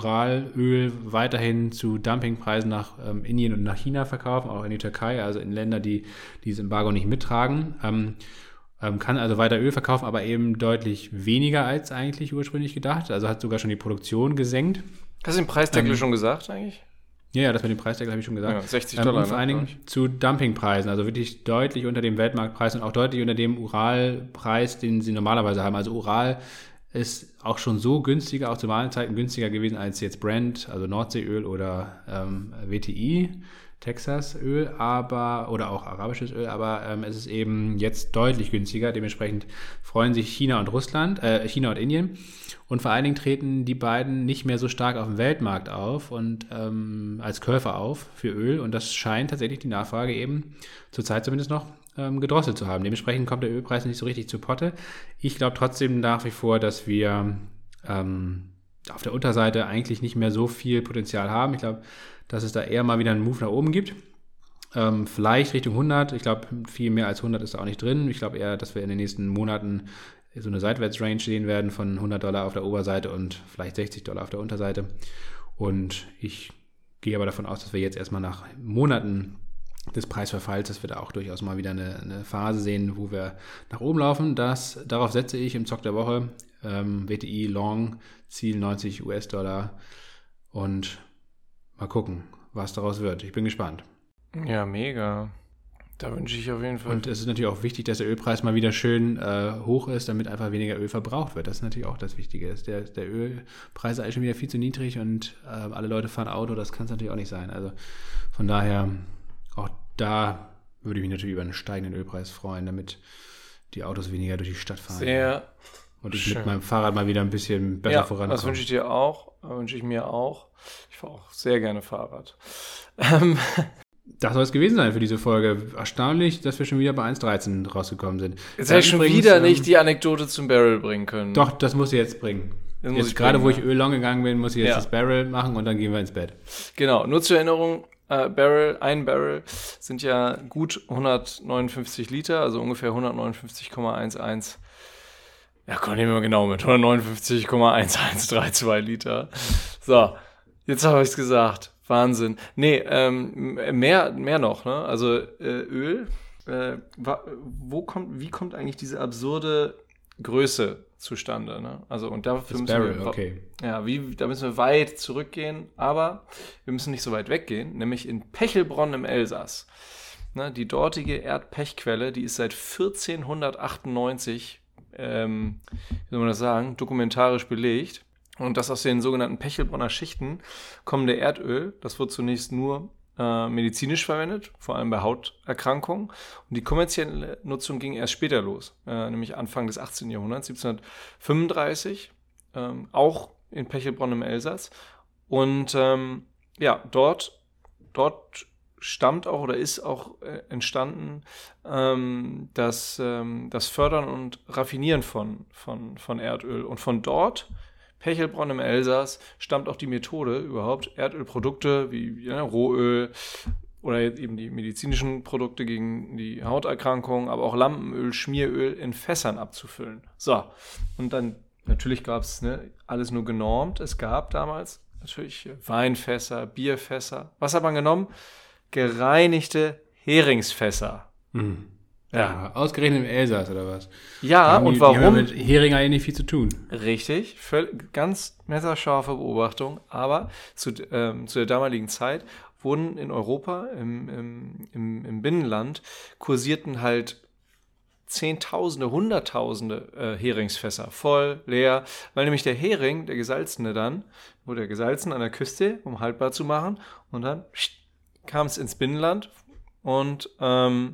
Speaker 1: Uralöl weiterhin zu Dumpingpreisen nach ähm, Indien und nach China verkaufen, auch in die Türkei, also in Länder, die dieses Embargo nicht mittragen. Ähm, ähm, kann also weiter Öl verkaufen, aber eben deutlich weniger als eigentlich ursprünglich gedacht. Also hat sogar schon die Produktion gesenkt.
Speaker 2: Hast du den Preisdeckel ähm, schon gesagt eigentlich?
Speaker 1: Ja, ja, das mit dem Preisdeckel habe ich schon gesagt.
Speaker 2: Ja, sechzig Dollar. Ähm,
Speaker 1: und vor allen Dingen zu Dumpingpreisen, also wirklich deutlich unter dem Weltmarktpreis und auch deutlich unter dem Uralpreis, den sie normalerweise haben. Also Ural ist auch schon so günstiger, auch zu normalen Zeiten günstiger gewesen als jetzt Brent, also Nordseeöl oder ähm, W T I, Texasöl, aber oder auch arabisches Öl, aber ähm, es ist eben jetzt deutlich günstiger. Dementsprechend freuen sich China und Russland, äh, China und Indien. Und vor allen Dingen treten die beiden nicht mehr so stark auf dem Weltmarkt auf und ähm, als Käufer auf für Öl. Und das scheint tatsächlich die Nachfrage eben zurzeit zumindest noch ähm, gedrosselt zu haben. Dementsprechend kommt der Ölpreis nicht so richtig zu Potte. Ich glaube trotzdem nach wie vor, dass wir ähm, auf der Unterseite eigentlich nicht mehr so viel Potenzial haben. Ich glaube, dass es da eher mal wieder einen Move nach oben gibt. Ähm, vielleicht Richtung hundert. Ich glaube, viel mehr als hundert ist da auch nicht drin. Ich glaube eher, dass wir in den nächsten Monaten so eine Seitwärtsrange sehen werden von hundert Dollar auf der Oberseite und vielleicht sechzig Dollar auf der Unterseite. Und ich gehe aber davon aus, dass wir jetzt erstmal nach Monaten des Preisverfalls, dass wir da auch durchaus mal wieder eine, eine Phase sehen, wo wir nach oben laufen. Das, darauf setze ich im Zock der Woche. Ähm, W T I Long, Ziel neunzig US-Dollar und mal gucken, was daraus wird. Ich bin gespannt.
Speaker 2: Ja, mega. Da wünsche ich auf jeden Fall.
Speaker 1: Und es ist natürlich auch wichtig, dass der Ölpreis mal wieder schön äh, hoch ist, damit einfach weniger Öl verbraucht wird. Das ist natürlich auch das Wichtige. Der, der Ölpreis ist eigentlich schon wieder viel zu niedrig und äh, alle Leute fahren Auto. Das kann es natürlich auch nicht sein. Also von daher, auch da würde ich mich natürlich über einen steigenden Ölpreis freuen, damit die Autos weniger durch die Stadt fahren.
Speaker 2: Sehr
Speaker 1: Und ich
Speaker 2: schön.
Speaker 1: mit meinem Fahrrad mal wieder ein bisschen besser
Speaker 2: ja,
Speaker 1: vorankomme.
Speaker 2: Das wünsche ich dir auch. Wünsche ich mir auch. Ich fahre auch sehr gerne Fahrrad. Ähm.
Speaker 1: Das soll es gewesen sein für diese Folge. Erstaunlich, dass wir schon wieder bei eins dreizehn rausgekommen sind.
Speaker 2: Jetzt hätte ich schon
Speaker 1: übrigens,
Speaker 2: wieder
Speaker 1: ähm,
Speaker 2: nicht die Anekdote zum Barrel bringen können.
Speaker 1: Doch, das muss ich jetzt bringen.
Speaker 2: Das muss
Speaker 1: Jetzt
Speaker 2: ich
Speaker 1: gerade,
Speaker 2: bringen,
Speaker 1: wo ich
Speaker 2: ja.
Speaker 1: Öl long gegangen bin, muss ich jetzt
Speaker 2: Ja.
Speaker 1: das Barrel machen und dann gehen wir ins Bett.
Speaker 2: Genau, nur zur Erinnerung, äh, Barrel, ein Barrel sind ja gut hundertneunundfünfzig Liter, also ungefähr hundertneunundfünfzig Komma elf. Ja, komm, nehmen wir genau mit. hundertneunundfünfzig Komma elf drei zwei Liter. So, jetzt habe ich es gesagt. Wahnsinn. Nee, ähm, mehr, mehr noch, ne? Also äh, Öl, äh, wa, wo kommt, wie kommt eigentlich diese absurde Größe zustande, ne? Also und dafür
Speaker 1: Das
Speaker 2: müssen
Speaker 1: Barrel,
Speaker 2: wir,
Speaker 1: okay.
Speaker 2: ja, wie, da müssen wir weit zurückgehen, aber wir müssen nicht so weit weggehen, nämlich in Pechelbronn im Elsass. Ne, die dortige Erdpechquelle, die ist seit vierzehnhundertachtundneunzig, ähm, wie soll man das sagen, dokumentarisch belegt. Und das aus den sogenannten Pechelbronner Schichten kommende Erdöl, das wird zunächst nur äh, medizinisch verwendet, vor allem bei Hauterkrankungen. Und die kommerzielle Nutzung ging erst später los, äh, nämlich Anfang des achtzehnten Jahrhunderts, siebzehnhundertfünfunddreißig, ähm, auch in Pechelbronn im Elsass. Und ähm, ja, dort, dort stammt auch oder ist auch äh, entstanden ähm, das, ähm, das Fördern und Raffinieren von, von, von Erdöl. Und von dort, Pechelbronn im Elsass, stammt auch die Methode überhaupt, Erdölprodukte wie ja, Rohöl oder jetzt eben die medizinischen Produkte gegen die Hauterkrankungen, aber auch Lampenöl, Schmieröl in Fässern abzufüllen. So, und dann natürlich gab es ne, alles nur genormt. Es gab damals natürlich Weinfässer, Bierfässer. Was hat man genommen? Gereinigte Heringsfässer.
Speaker 1: Mhm. Ja. ja, ausgerechnet im Elsass oder was?
Speaker 2: Ja,
Speaker 1: die,
Speaker 2: und warum?
Speaker 1: Die haben ja mit Hering eigentlich nicht viel zu tun.
Speaker 2: Richtig, völ- ganz messerscharfe Beobachtung. Aber zu, ähm, zu der damaligen Zeit wurden in Europa, im, im, im, im Binnenland, kursierten halt Zehntausende, Hunderttausende äh, Heringsfässer, voll, leer, weil nämlich der Hering, der gesalzene dann, wurde er gesalzen an der Küste, um haltbar zu machen, und dann kam es ins Binnenland und ähm,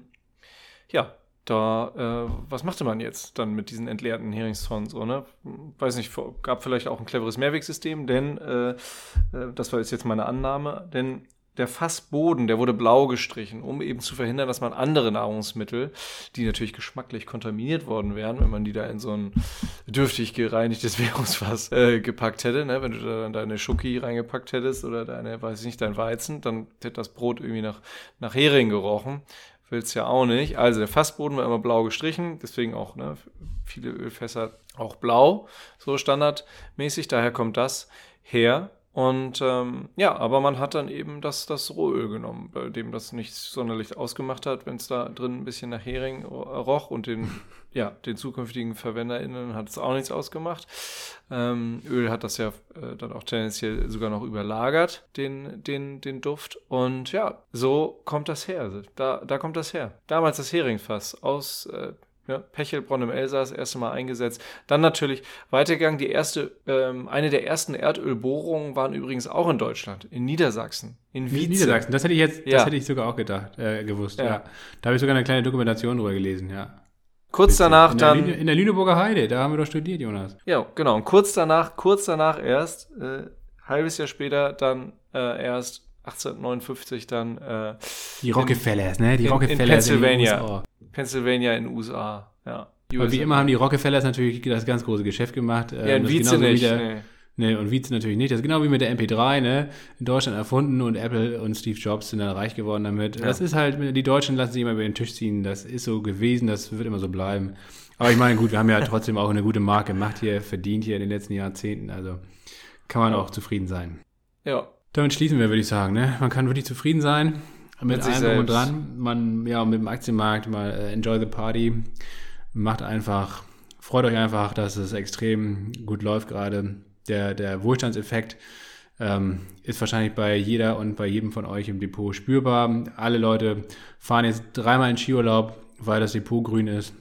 Speaker 2: ja, da, äh, was machte man jetzt dann mit diesen entleerten Heringstonnen so, ne? Weiß nicht, gab vielleicht auch ein cleveres Mehrwegsystem, denn, äh, äh, das war jetzt meine Annahme, denn der Fassboden, der wurde blau gestrichen, um eben zu verhindern, dass man andere Nahrungsmittel, die natürlich geschmacklich kontaminiert worden wären, wenn man die da in so ein dürftig gereinigtes Währungsfass äh, gepackt hätte, ne? Wenn du da dann deine Schoki reingepackt hättest oder deine, weiß ich nicht, dein Weizen, dann hätte das Brot irgendwie nach, nach Hering gerochen. Willst ja auch nicht. Also der Fassboden war immer blau gestrichen, deswegen auch ne, viele Ölfässer auch blau, so standardmäßig, daher kommt das her. Und ähm, ja, aber man hat dann eben das, das Rohöl genommen, bei dem das nicht sonderlich ausgemacht hat, wenn es da drin ein bisschen nach Hering roch, und den, ja, den zukünftigen VerwenderInnen hat es auch nichts ausgemacht. Ähm, Öl hat das ja äh, dann auch tendenziell sogar noch überlagert, den, den, den Duft. Und ja, so kommt das her. Da, da kommt das her. Damals das Heringfass aus äh, Ja, Pechelbronn im Elsass, das erste Mal eingesetzt. Dann natürlich weitergegangen. Die erste, ähm, eine der ersten Erdölbohrungen waren übrigens auch in Deutschland, in Niedersachsen, in Wietze.
Speaker 1: Niedersachsen, das hätte ich jetzt,
Speaker 2: ja.
Speaker 1: das hätte ich sogar auch gedacht, äh, gewusst. Ja. Ja. Da habe ich sogar eine kleine Dokumentation drüber gelesen, ja.
Speaker 2: Kurz
Speaker 1: Witzig.
Speaker 2: danach
Speaker 1: in der
Speaker 2: dann.
Speaker 1: Lüne, in der Lüneburger Heide, da haben wir doch studiert, Jonas.
Speaker 2: Ja, genau. Und kurz danach, kurz danach erst, äh, halbes Jahr später, dann äh, erst achtzehnhundertneunundfünfzig dann. Äh,
Speaker 1: die Rockefellers, ne? Die
Speaker 2: in,
Speaker 1: Rockefellers
Speaker 2: in Pennsylvania.
Speaker 1: in den U S A.
Speaker 2: Pennsylvania in den U S A, ja.
Speaker 1: Aber wie immer haben die Rockefellers natürlich das ganz große Geschäft gemacht.
Speaker 2: Ja, in Wietze nicht.
Speaker 1: Der,
Speaker 2: nee.
Speaker 1: Ne, und Wietze natürlich nicht. Das ist genau wie mit der M P drei, ne? In Deutschland erfunden und Apple und Steve Jobs sind dann reich geworden damit. Ja. Das ist halt, die Deutschen lassen sich immer über den Tisch ziehen. Das ist so gewesen, das wird immer so bleiben. Aber ich meine, gut, wir haben ja trotzdem auch eine gute Marke gemacht hier, verdient hier in den letzten Jahrzehnten. Also kann man auch zufrieden sein.
Speaker 2: Ja.
Speaker 1: Damit schließen wir, würde ich sagen, ne? Man kann wirklich zufrieden sein mit, mit allem drum und dran. Man, ja, mit dem Aktienmarkt mal uh, enjoy the party. Macht einfach, freut euch einfach, dass es extrem gut läuft gerade. Der, der Wohlstandseffekt ähm, ist wahrscheinlich bei jeder und bei jedem von euch im Depot spürbar. Alle Leute fahren jetzt dreimal in Skiurlaub, weil das Depot grün ist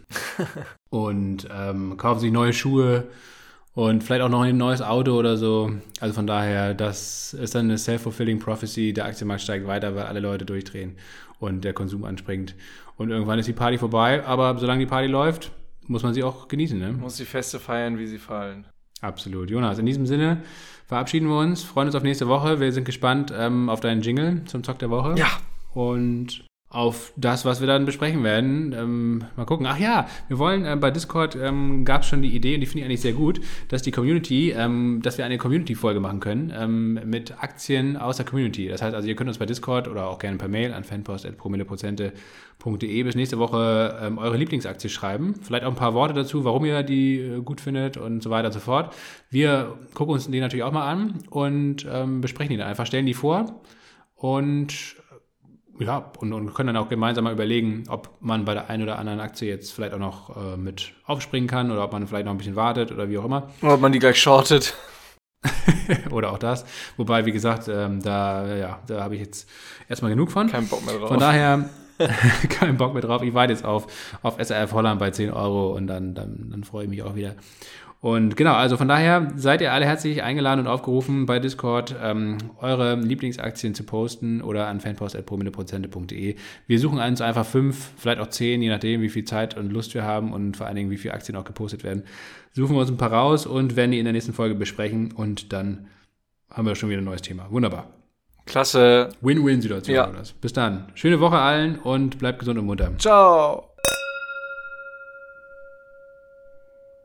Speaker 1: und ähm, kaufen sich neue Schuhe und vielleicht auch noch ein neues Auto oder so. Also von daher, das ist dann eine self-fulfilling prophecy. Der Aktienmarkt steigt weiter, weil alle Leute durchdrehen und der Konsum anspringt. Und irgendwann ist die Party vorbei, aber solange die Party läuft, muss man sie auch genießen. Ne?
Speaker 2: Muss die Feste feiern, wie sie fallen.
Speaker 1: Absolut. Jonas, in diesem Sinne verabschieden wir uns, freuen uns auf nächste Woche. Wir sind gespannt ähm, auf deinen Jingle zum Zock der Woche.
Speaker 2: Ja.
Speaker 1: Und auf das, was wir dann besprechen werden. Ähm, mal gucken. Ach ja, wir wollen, äh, bei Discord ähm, gab es schon die Idee, und die finde ich eigentlich sehr gut, dass die Community, ähm, dass wir eine Community-Folge machen können ähm, mit Aktien aus der Community. Das heißt also, ihr könnt uns bei Discord oder auch gerne per Mail an fanpost at promilleprozente punkt de bis nächste Woche ähm, eure Lieblingsaktie schreiben. Vielleicht auch ein paar Worte dazu, warum ihr die äh, gut findet und so weiter und so fort. Wir gucken uns die natürlich auch mal an und ähm, besprechen die dann einfach, stellen die vor und ja, und, und können dann auch gemeinsam mal überlegen, ob man bei der einen oder anderen Aktie jetzt vielleicht auch noch äh, mit aufspringen kann oder ob man vielleicht noch ein bisschen wartet oder wie auch immer.
Speaker 2: Oder ob man die gleich shortet.
Speaker 1: Oder auch das. Wobei, wie gesagt, ähm, da, ja, da habe ich jetzt erstmal genug von.
Speaker 2: Kein Bock mehr drauf.
Speaker 1: Von daher, kein Bock mehr drauf. Ich warte jetzt auf, auf S R F Holland bei zehn Euro und dann, dann, dann freue ich mich auch wieder. Und genau, also von daher seid ihr alle herzlich eingeladen und aufgerufen, bei Discord ähm, eure Lieblingsaktien zu posten oder an fanpost at promilleprozente punkt de. Wir suchen uns einfach fünf, vielleicht auch zehn, je nachdem, wie viel Zeit und Lust wir haben und vor allen Dingen, wie viele Aktien auch gepostet werden. Suchen wir uns ein paar raus und werden die in der nächsten Folge besprechen und dann haben wir schon wieder ein neues Thema. Wunderbar.
Speaker 2: Klasse.
Speaker 1: Win-Win-Situation.
Speaker 2: Ja.
Speaker 1: Bis dann. Schöne Woche allen und bleibt gesund und munter.
Speaker 2: Ciao.